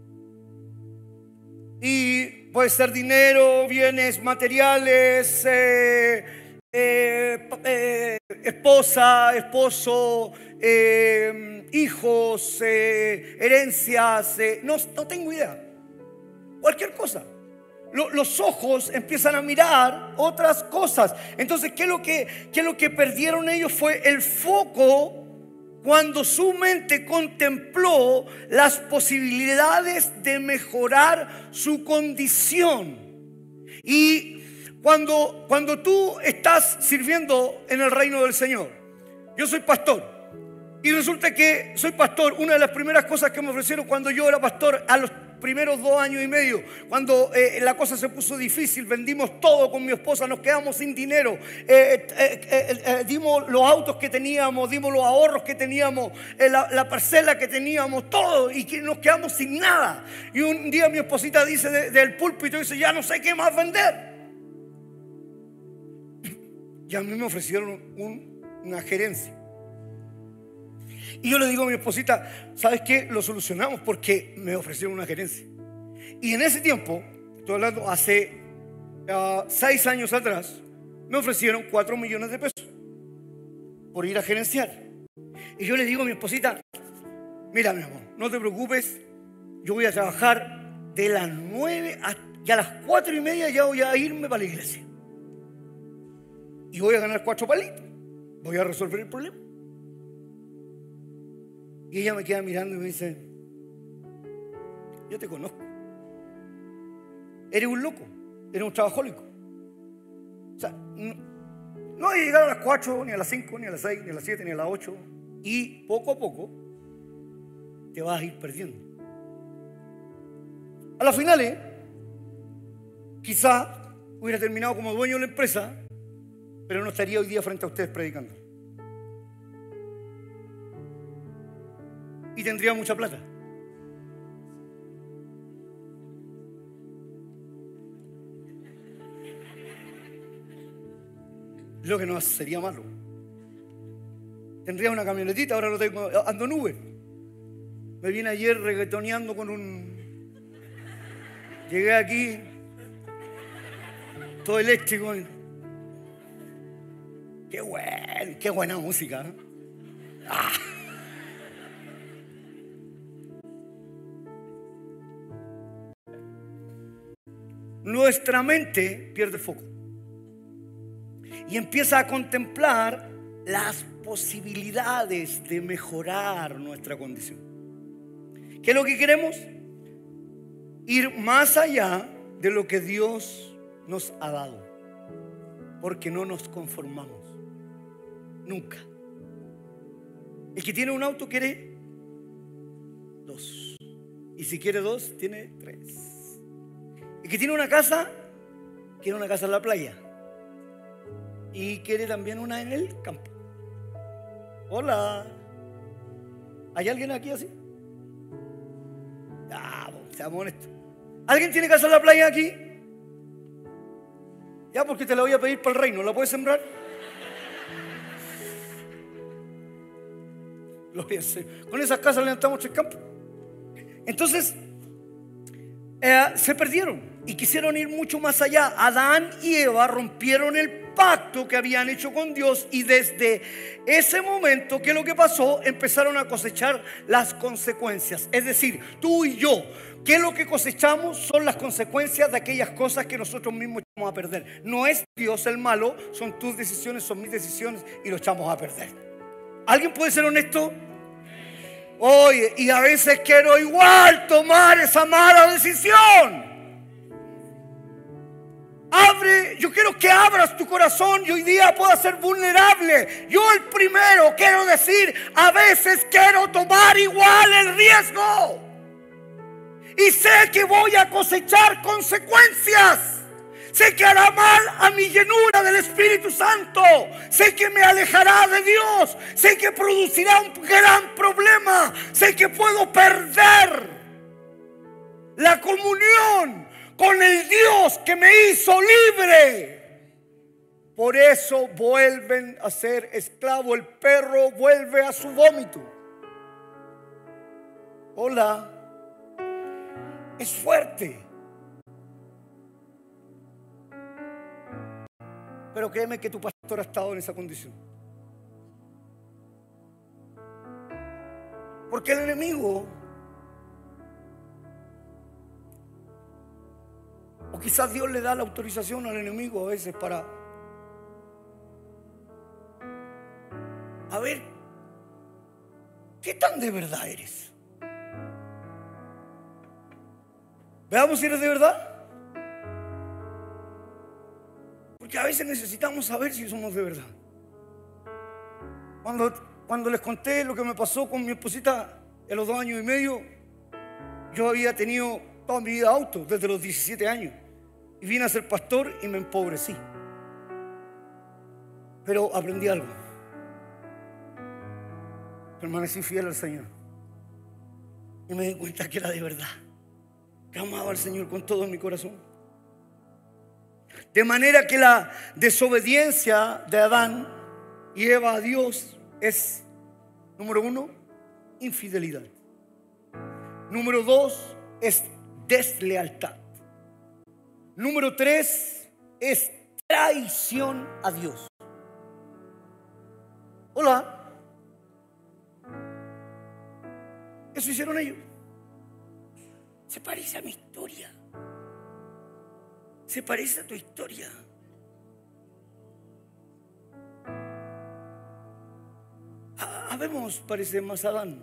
Y puede ser dinero, bienes materiales, eh, eh, eh, esposa, esposo, eh, hijos, eh, herencias, eh, no, no tengo idea. Cualquier cosa. Los ojos empiezan a mirar otras cosas. Entonces, ¿qué es lo que, qué es lo que perdieron ellos? Fue el foco cuando su mente contempló las posibilidades de mejorar su condición. Y cuando, cuando tú estás sirviendo en el reino del Señor, yo soy pastor. Y resulta que soy pastor. Una de las primeras cosas que me ofrecieron cuando yo era pastor, a los primeros dos años y medio, cuando eh, la cosa se puso difícil, vendimos todo con mi esposa, nos quedamos sin dinero, eh, eh, eh, eh, dimos los autos que teníamos, dimos los ahorros que teníamos, eh, la, la parcela que teníamos, todo, y que nos quedamos sin nada. Y un día mi esposita dice de, del púlpito, dice, ya no sé qué más vender. Y a mí me ofrecieron un, una gerencia. Y yo le digo a mi esposita, ¿sabes qué? Lo solucionamos porque me ofrecieron una gerencia. Y en ese tiempo, estoy hablando hace uh, seis años atrás, me ofrecieron cuatro millones de pesos por ir a gerenciar. Y yo le digo a mi esposita, mira mi amor, no te preocupes, yo voy a trabajar de las nueve a, y a las cuatro y media ya voy a irme para la iglesia. Y voy a ganar cuatro palitos, voy a resolver el problema. Y ella me queda mirando y me dice, yo te conozco. Eres un loco, eres un trabajólico. O sea, no, no hay que llegar a las cuatro, ni a las cinco, ni a las seis, ni a las siete, ni a las ocho. Y poco a poco te vas a ir perdiendo. A las finales, quizá hubiera terminado como dueño de la empresa, pero no estaría hoy día frente a ustedes predicando. Y tendría mucha plata. Lo que no sería malo. Tendría una camionetita, ahora no tengo, ando en Uber. Me vine ayer reggaetoneando con un... Llegué aquí, todo eléctrico. Qué bueno, qué buena música, ¿no? ¡Ah! Nuestra mente pierde foco y empieza a contemplar las posibilidades de mejorar nuestra condición. ¿Qué es lo que queremos? Ir más allá de lo que Dios nos ha dado, porque no nos conformamos nunca. El que tiene un auto quiere dos, y si quiere dos tiene tres. El que tiene una casa quiere una casa en la playa y quiere también una en el campo. Hola, ¿hay alguien aquí así? Ah, seamos honestos. ¿Alguien tiene casa en la playa aquí? Ya, porque te la voy a pedir para el reino. ¿La puedes sembrar? Lo voy a hacer. Con esas casas levantamos tres campos. Entonces eh, se perdieron y quisieron ir mucho más allá. Adán y Eva rompieron el pacto que habían hecho con Dios, y desde ese momento, ¿qué es lo que pasó? Empezaron a cosechar las consecuencias. Es decir, tú y yo, ¿qué es lo que cosechamos? Son las consecuencias de aquellas cosas que nosotros mismos echamos a perder. No es Dios el malo, son tus decisiones, son mis decisiones, y lo echamos a perder. ¿Alguien puede ser honesto? Oye, y a veces quiero igual tomar esa mala decisión. Abre, yo quiero que abras tu corazón y hoy día puedas ser vulnerable. Yo el primero quiero decir, a veces quiero tomar igual el riesgo y sé que voy a cosechar consecuencias. Sé que hará mal a mi llenura del Espíritu Santo. Sé que me alejará de Dios. Sé que producirá un gran problema. Sé que puedo perder la comunión con el Dios que me hizo libre. Por eso vuelven a ser esclavos. El perro vuelve a su vómito. Hola. Es fuerte. Pero créeme que tu pastor ha estado en esa condición. Porque el enemigo, o quizás Dios le da la autorización al enemigo a veces para, a ver, ¿qué tan de verdad eres? Veamos si eres de verdad. Porque a veces necesitamos saber si somos de verdad. Cuando, cuando les conté lo que me pasó con mi esposita en los dos años y medio, yo había tenido toda mi vida auto desde los diecisiete años. Y vine a ser pastor y me empobrecí. Pero aprendí algo. Permanecí fiel al Señor. Y me di cuenta que era de verdad. Que amaba al Señor con todo mi corazón. De manera que la desobediencia de Adán y Eva a Dios es, número uno, infidelidad. Número dos, es deslealtad. Número tres, es traición a Dios. Hola. Eso hicieron ellos. Se parece a mi historia. Se parece a tu historia. Habemos parece más a Adán.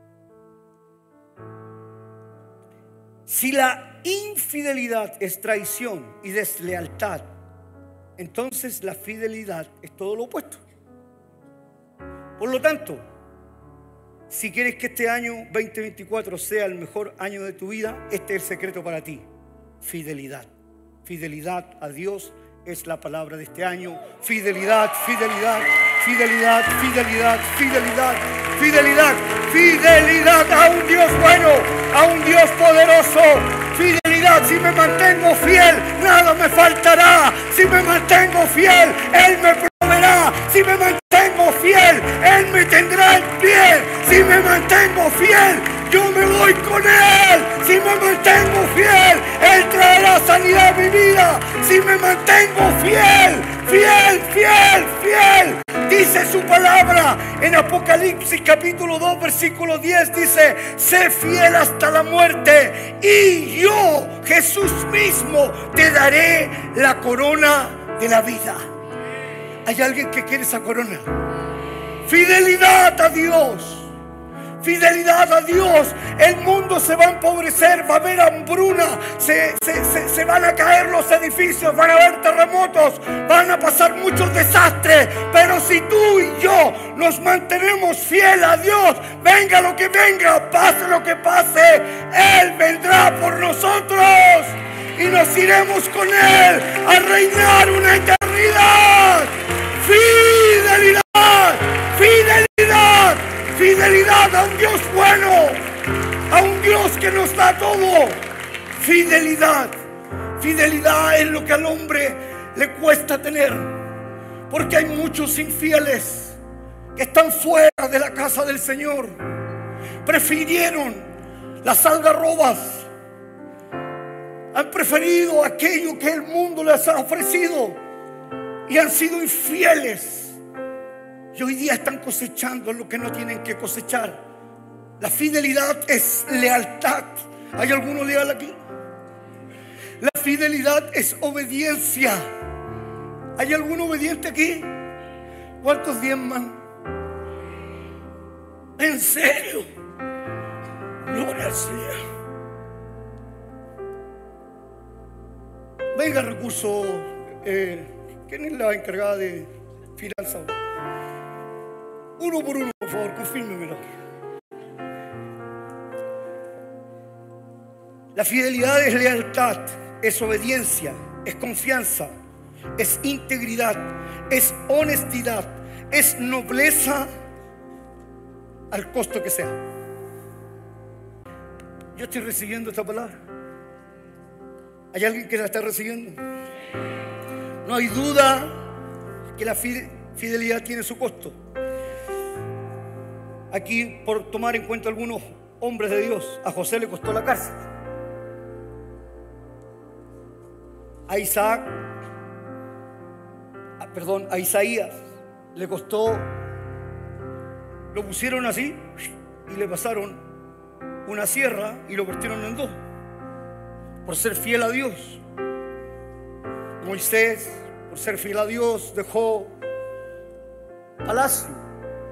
Si la infidelidad es traición y deslealtad, entonces la fidelidad es todo lo opuesto. Por lo tanto, si quieres que este año veinte veinticuatro sea el mejor año de tu vida, este es el secreto para ti: fidelidad. Fidelidad a Dios es la palabra de este año. Fidelidad, fidelidad, fidelidad, fidelidad, fidelidad, fidelidad, fidelidad a un Dios bueno, a un Dios poderoso. Fidelidad, si me mantengo fiel, nada me faltará. Si me mantengo fiel, Él me proveerá. Si me mantengo fiel, Él me tendrá en pie. Si me mantengo fiel, yo me voy con Él. Si me mantengo fiel, Él traerá sanidad a mi vida. Si me mantengo fiel, fiel, fiel, fiel. Dice su palabra en Apocalipsis capítulo dos versículo diez, dice: sé fiel hasta la muerte y yo, Jesús mismo, te daré la corona de la vida. ¿Hay alguien que quiere esa corona? Fidelidad a Dios. Fidelidad a Dios. El mundo se va a empobrecer, va a haber hambruna, se, se, se, se van a caer los edificios, van a haber terremotos, van a pasar muchos desastres. Pero si tú y yo nos mantenemos fieles a Dios, venga lo que venga, pase lo que pase, Él vendrá por nosotros y nos iremos con Él a reinar una eternidad. Fidelidad, fidelidad. Fidelidad a un Dios bueno, a un Dios que nos da todo. Fidelidad, fidelidad es lo que al hombre le cuesta tener, porque hay muchos infieles que están fuera de la casa del Señor. Prefirieron las algarrobas, han preferido aquello que el mundo les ha ofrecido y han sido infieles. Y hoy día están cosechando lo que no tienen que cosechar. La fidelidad es lealtad. ¿Hay alguno leal aquí? La fidelidad es obediencia. ¿Hay alguno obediente aquí? ¿Cuántos diezman? ¿En serio? Gloria al Señor. Venga, recurso. Eh, ¿Quién es la encargada de finanzas? Uno por uno, por favor, confírmemelo. La fidelidad es lealtad, es obediencia, es confianza, es integridad, es honestidad, es nobleza al costo que sea. Yo estoy recibiendo esta palabra. ¿Hay alguien que la está recibiendo? No hay duda que la fidelidad tiene su costo. Aquí, por tomar en cuenta algunos hombres de Dios, a José le costó la cárcel. A Isaac, a, perdón, a Isaías le costó, lo pusieron así y le pasaron una sierra y lo partieron en dos, por ser fiel a Dios. Moisés, por ser fiel a Dios, dejó palacio.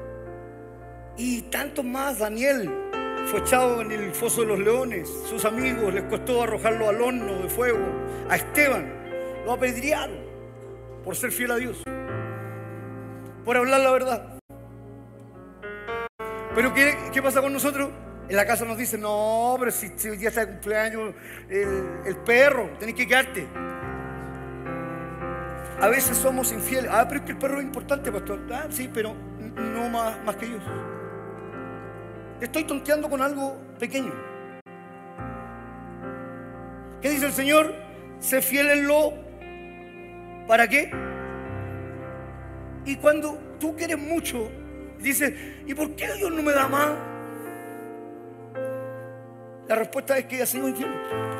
Y tanto más. Daniel fue echado en el foso de los leones. Sus amigos les costó arrojarlo al horno de fuego. A Esteban lo apedrearon por ser fiel a Dios, por hablar la verdad. Pero ¿qué, qué pasa con nosotros? En la casa nos dicen: no, pero si, si hoy día está de cumpleaños el, el perro, tenés que quedarte. A veces somos infieles. Ah, pero es que el perro es importante, pastor. Ah, sí, pero no más, más que ellos. Estoy tonteando con algo pequeño. ¿Qué dice el Señor? Sé fiel en lo. ¿Para qué? Y cuando tú quieres mucho, dices: ¿y por qué Dios no me da más? La respuesta es que ya sigo infiel.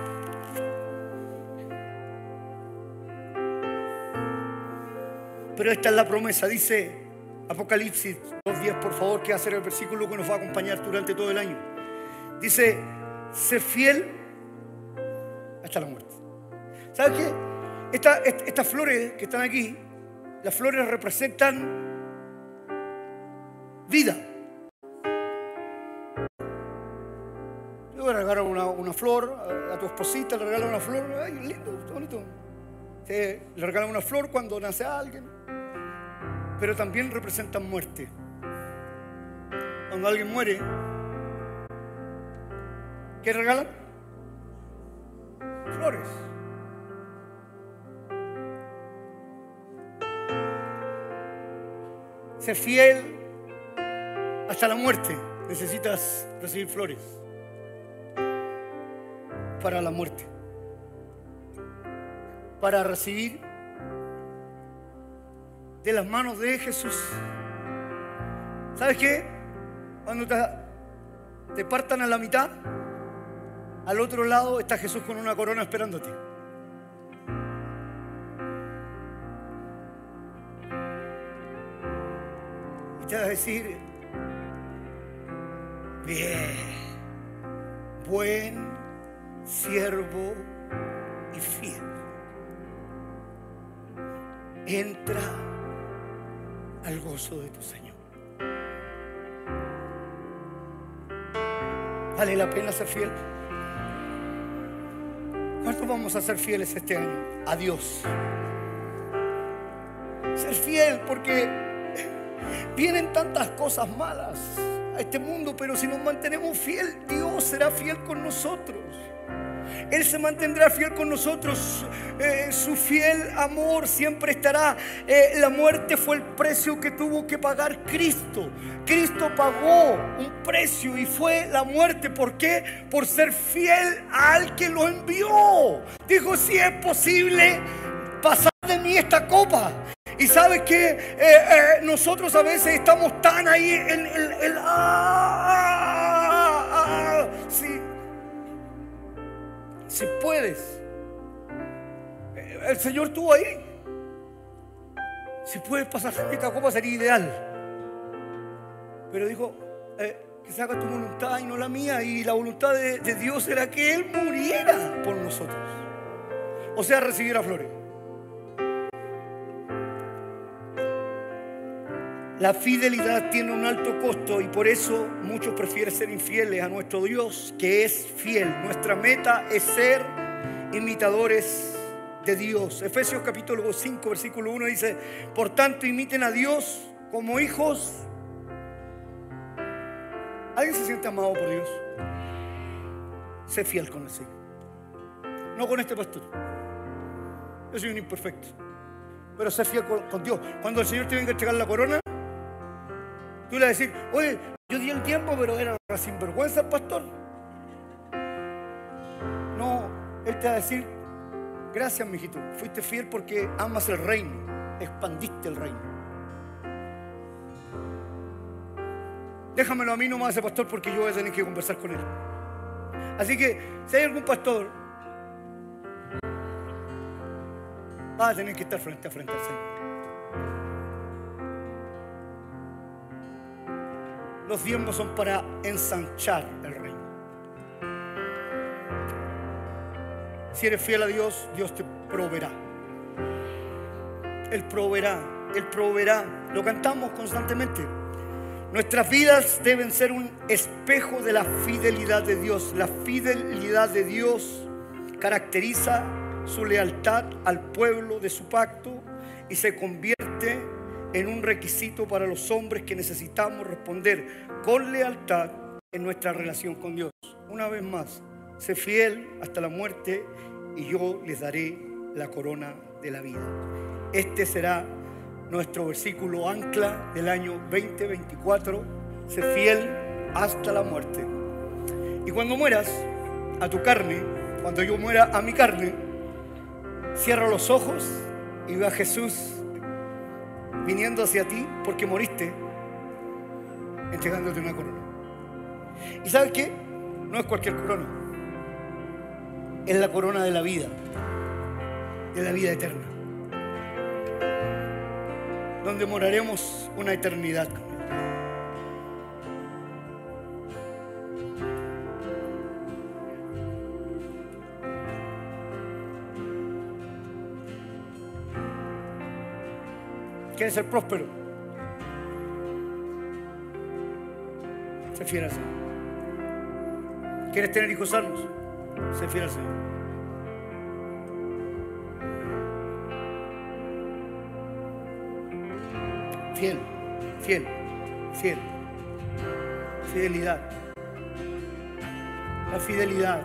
Pero esta es la promesa, dice Apocalipsis dos diez, por favor, que va a ser el versículo que nos va a acompañar durante todo el año. Dice: sé fiel hasta la muerte. ¿Sabes qué? Esta, esta, estas flores que están aquí, las flores representan vida. Le voy a regalar una, una flor a, a tu esposita, le regalas una flor. Ay, lindo, está bonito. Sí, le regalan una flor cuando nace alguien. Pero también representan muerte. Cuando alguien muere, ¿qué regalan? Flores. Ser fiel hasta la muerte. Necesitas recibir flores para la muerte, para recibir de las manos de Jesús. ¿Sabes qué? Cuando te, te partan a la mitad, al otro lado está Jesús con una corona esperándote. Y te va a decir: bien, buen siervo y fiel, entra al gozo de tu Señor. ¿Vale la pena ser fiel? ¿Cuántos vamos a ser fieles este año a Dios? Ser fiel, porque vienen tantas cosas malas a este mundo, pero si nos mantenemos fiel, Dios será fiel con nosotros. Él se mantendrá fiel con nosotros. Eh, su fiel amor siempre estará. Eh, la muerte fue el precio que tuvo que pagar Cristo. Cristo pagó un precio y fue la muerte. ¿Por qué? Por ser fiel al que lo envió. Dijo: si es posible, pasad de mí esta copa. Y sabes que eh, eh, nosotros a veces estamos tan ahí en el, el ah, ah, ah, sí. Si puedes, el Señor estuvo ahí. Si puedes pasar esta copa sería ideal. Pero dijo: eh, que se haga tu voluntad y no la mía. Y la voluntad de, de Dios era que Él muriera por nosotros. O sea, recibiera flores. La fidelidad tiene un alto costo y por eso muchos prefieren ser infieles a nuestro Dios, que es fiel. Nuestra meta es ser imitadores de Dios. Efesios capítulo cinco, versículo uno dice: por tanto, imiten a Dios como hijos. ¿Alguien se siente amado por Dios? Sé fiel con el Señor. No con este pastor. Yo soy un imperfecto. Pero sé fiel con, con Dios. Cuando el Señor te venga a entregar la corona, tú le vas a decir: oye, yo di el tiempo, pero era sinvergüenza el pastor. No, Él te va a decir: gracias, mijito, fuiste fiel porque amas el reino, expandiste el reino. Déjamelo a mí nomás ese pastor, porque yo voy a tener que conversar con él. Así que si hay algún pastor, va a tener que estar frente a frente al Señor. Los diezmos son para ensanchar el reino. Si eres fiel a Dios, Dios te proveerá. Él proveerá, Él proveerá. Lo cantamos constantemente. Nuestras vidas deben ser un espejo de la fidelidad de Dios. La fidelidad de Dios caracteriza su lealtad al pueblo de su pacto y se convierte en un requisito para los hombres que necesitamos responder con lealtad en nuestra relación con Dios. Una vez más, sé fiel hasta la muerte y yo les daré la corona de la vida. Este será nuestro versículo ancla del año veinte veinticuatro. Sé fiel hasta la muerte. Y cuando mueras a tu carne, cuando yo muera a mi carne, cierra los ojos y ve a Jesús viniendo hacia ti porque moriste, entregándote una corona. ¿Y sabes qué? No es cualquier corona. Es la corona de la vida, de la vida eterna, donde moraremos una eternidad con Él. ¿Quieres ser próspero? Sé fiel al Señor. ¿Quieres tener hijos sanos? Sé fiel al Señor. Fiel, fiel, fiel. Fidelidad. La fidelidad.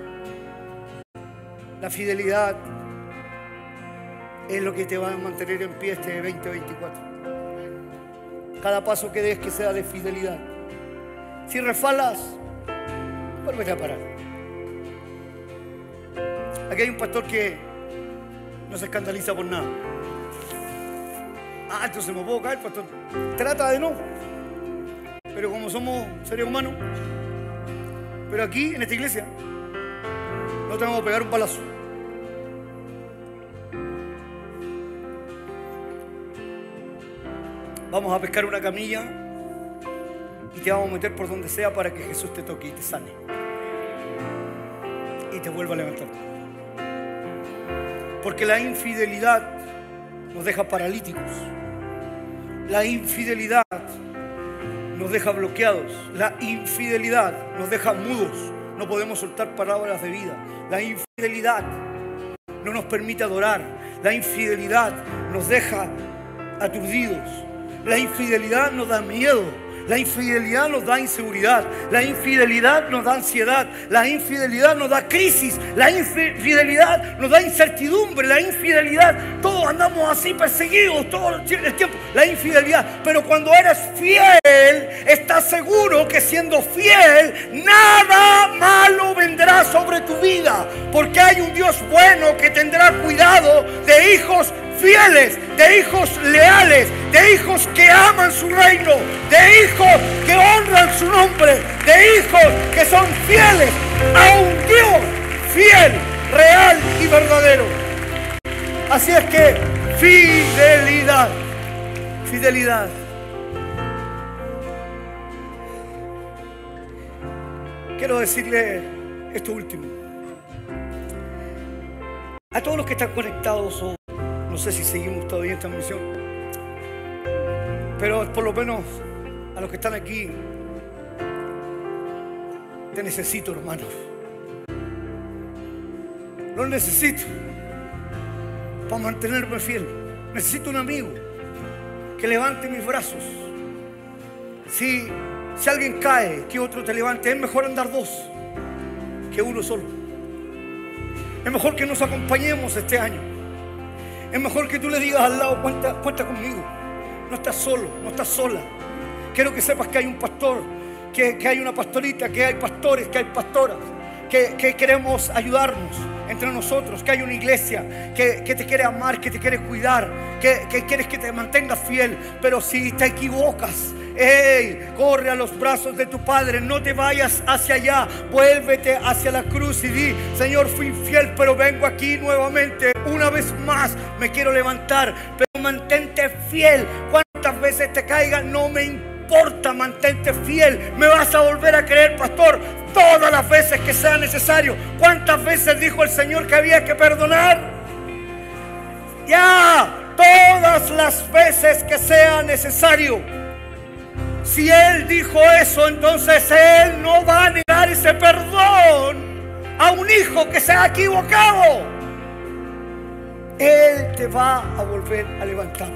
La fidelidad es lo que te va a mantener en pie este veinte veinticuatro. Cada paso que des que sea de fidelidad. Si resbalas, vuélvete a parar. Aquí hay un pastor que no se escandaliza por nada. Ah, entonces me puedo caer, pastor. Trata de no. Pero como somos seres humanos, Pero aquí, en esta iglesia, no te vamos a pegar un balazo. Vamos a pescar una camilla y te vamos a meter por donde sea para que Jesús te toque y te sane y te vuelva a levantar. Porque la infidelidad nos deja paralíticos. La infidelidad nos deja bloqueados. La infidelidad nos deja mudos. No podemos soltar palabras de vida. La infidelidad no nos permite adorar. La infidelidad nos deja aturdidos. La infidelidad nos da miedo. La infidelidad nos da inseguridad. La infidelidad nos da ansiedad. La infidelidad nos da crisis. La infidelidad nos da incertidumbre. La infidelidad, todos andamos así perseguidos todo el tiempo. La infidelidad. Pero cuando eres fiel, estás seguro que siendo fiel, nada malo vendrá sobre tu vida. Porque hay un Dios bueno que tendrá cuidado de hijos fieles, de hijos leales, de hijos que aman su reino, de hijos que honran su nombre, de hijos que son fieles a un Dios fiel, real y verdadero. Así es que fidelidad, fidelidad. Quiero decirle esto último. A todos los que están conectados o no sé si seguimos todavía en esta misión, pero por lo menos a los que están aquí, te necesito, hermanos. Lo necesito para mantenerme fiel. Necesito un amigo que levante mis brazos. Si, si alguien cae, que otro te levante. Es mejor andar dos que uno solo. Es mejor que nos acompañemos este año. Es mejor que tú le digas al lado, cuenta, cuenta conmigo. No estás solo, no estás sola. Quiero que sepas que hay un pastor, que, que hay una pastorita, que hay pastores, que hay pastoras, que, que queremos ayudarnos entre nosotros, que hay una iglesia que, que te quiere amar, que te quiere cuidar, que, que quieres que te mantengas fiel. Pero si te equivocas, hey, corre a los brazos de tu Padre, no te vayas hacia allá, vuélvete hacia la cruz y di: Señor, fui infiel, pero vengo aquí nuevamente, una vez más me quiero levantar, pero mantente fiel. Cuántas veces te caigan, no me importa, mantente fiel. Me vas a volver a creer, pastor, todas las veces que sea necesario. ¿Cuántas veces dijo el Señor que había que perdonar? Ya, todas las veces que sea necesario. Si Él dijo eso, entonces Él no va a negar ese perdón a un hijo que se ha equivocado. Él te va a volver a levantar.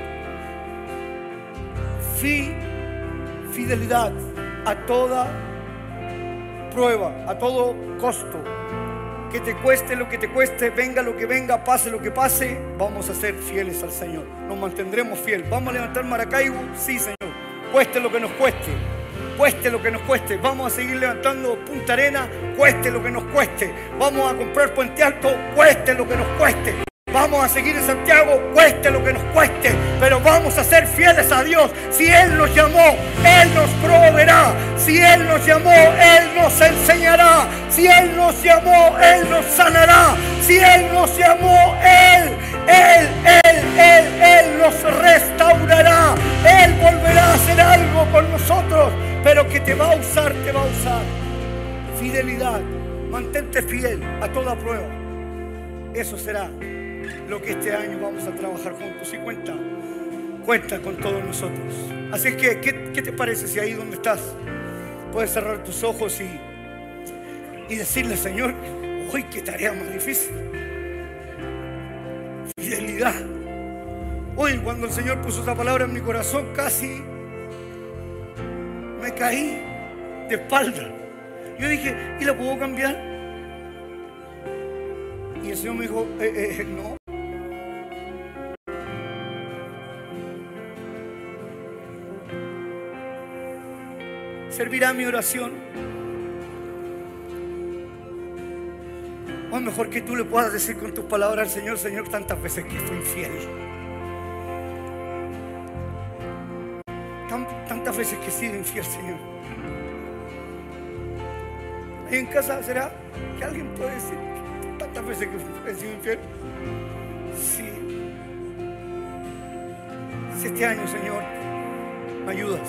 Fi, fidelidad a toda prueba, a todo costo. Que te cueste lo que te cueste, venga lo que venga, pase lo que pase, vamos a ser fieles al Señor. Nos mantendremos fieles. ¿Vamos a levantar Maracaibo? Sí, Señor. Cueste lo que nos cueste, cueste lo que nos cueste. Vamos a seguir levantando Punta Arena, cueste lo que nos cueste. Vamos a comprar Puente Alto, cueste lo que nos cueste. Vamos a seguir en Santiago, cueste lo que nos cueste. Pero vamos a ser fieles a Dios. Si Él nos llamó, Él nos proveerá. Si Él nos llamó, Él nos enseñará. Si Él nos llamó, Él nos sanará. Si Él nos llamó, Él, Él, Él, Él, Él nos restaurará. Él volverá a hacer algo con nosotros. Pero que te va a usar, te va a usar. Fidelidad. Mantente fiel a toda prueba. Eso será lo que este año vamos a trabajar juntos. Y cuenta, cuenta con todos nosotros. Así es que, ¿qué, qué te parece si ahí donde estás puedes cerrar tus ojos y, y decirle: Señor, uy, qué tarea más difícil. Fidelidad. Hoy cuando el Señor puso esa palabra en mi corazón, casi me caí de espalda. Yo dije: ¿y la puedo cambiar? Y el Señor me dijo: eh, eh, no. ¿Servirá mi oración? O es mejor que tú le puedas decir con tus palabras al Señor: Señor, tantas veces que fui infiel, Tant, tantas veces que he sido infiel, Señor. Ahí en casa, ¿será que alguien puede decir tantas veces que he sido infiel? Sí. Si este año, Señor, me ayudas,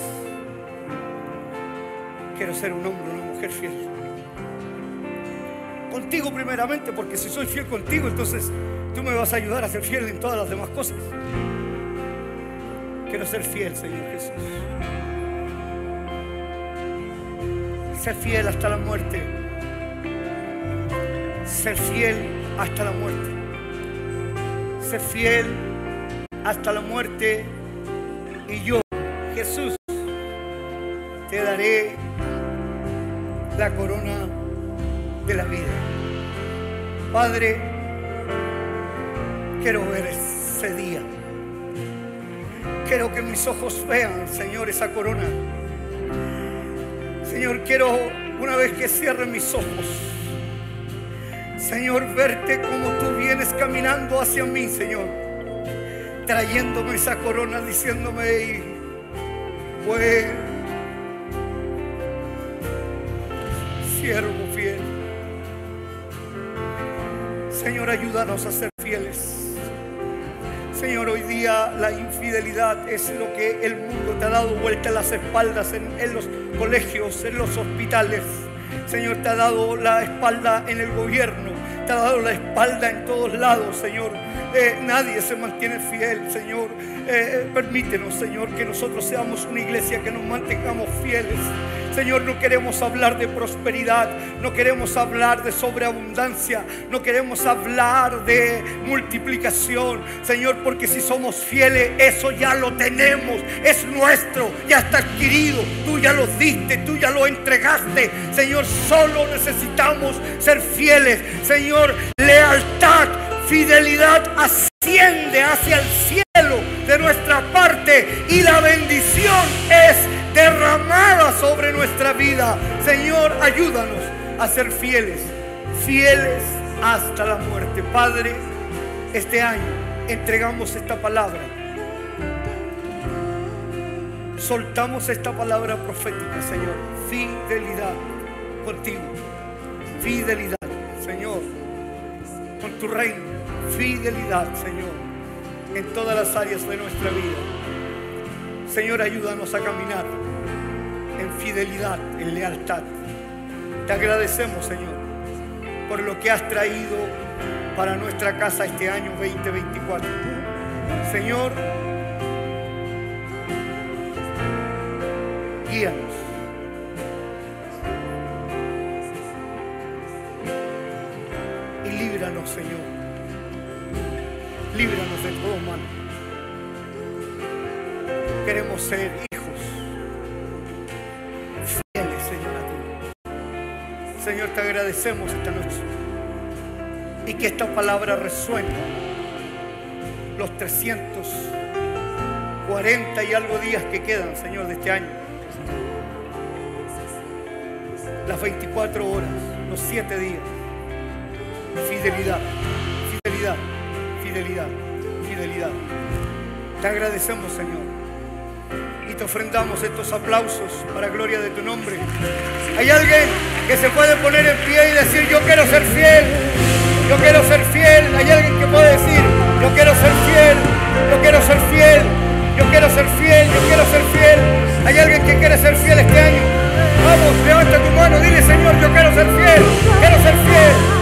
quiero ser un hombre, una mujer fiel contigo primeramente, porque si soy fiel contigo, entonces tú me vas a ayudar a ser fiel en todas las demás cosas. Quiero ser fiel, Señor Jesús. Ser fiel hasta la muerte. Ser fiel hasta la muerte. Ser fiel hasta la muerte. Y yo, Jesús, te daré la corona de la vida. Padre, quiero ver ese día. Quiero que mis ojos vean, Señor, esa corona. Señor, quiero, una vez que cierre mis ojos, Señor, verte como tú vienes caminando hacia mí, Señor, trayéndome esa corona, diciéndome: buen siervo fiel. Señor, ayúdanos a ser fieles. Señor, hoy día la infidelidad es lo que el mundo te ha dado vuelta a las espaldas en, en los colegios, en los hospitales. Señor, te ha dado la espalda en el gobierno, te ha dado la espalda en todos lados, Señor. Eh, nadie se mantiene fiel, Señor. Eh, permítenos, Señor, que nosotros seamos una iglesia que nos mantengamos fieles. Señor, no queremos hablar de prosperidad, no queremos hablar de sobreabundancia, no queremos hablar de multiplicación, Señor, porque si somos fieles, eso ya lo tenemos, es nuestro, ya está adquirido, tú ya lo diste, tú ya lo entregaste. Señor, solo necesitamos ser fieles. Señor, lealtad, fidelidad asciende hacia el cielo de nuestra parte y la bendición es derramada sobre nuestra vida. Señor, ayúdanos a ser fieles, fieles hasta la muerte. Padre, este año entregamos esta palabra, soltamos esta palabra profética, Señor. Fidelidad contigo, fidelidad, Señor, con tu reino, fidelidad, Señor, en todas las áreas de nuestra vida. Señor, ayúdanos a caminar en fidelidad, en lealtad. Te agradecemos, Señor, por lo que has traído para nuestra casa este año veinte veinticuatro. Señor, guíanos. Y líbranos, Señor. Líbranos de todo mal. Queremos ser hijos fieles, Señor, a ti. Señor, te agradecemos esta noche. Y que esta palabra resuene los trescientos cuarenta y algo días que quedan, Señor, de este año. Las veinticuatro horas, los siete días. Fidelidad, fidelidad, fidelidad, fidelidad. Te agradecemos, Señor. Y te ofrendamos estos aplausos para gloria de tu nombre. Hay alguien que se puede poner en pie y decir: yo quiero ser fiel, yo quiero ser fiel. Hay alguien que puede decir: yo quiero ser fiel, yo quiero ser fiel, yo quiero ser fiel, yo quiero ser fiel. Hay alguien que quiere ser fiel este año. Vamos, levanta tu mano, dile: Señor, yo quiero ser fiel, quiero ser fiel.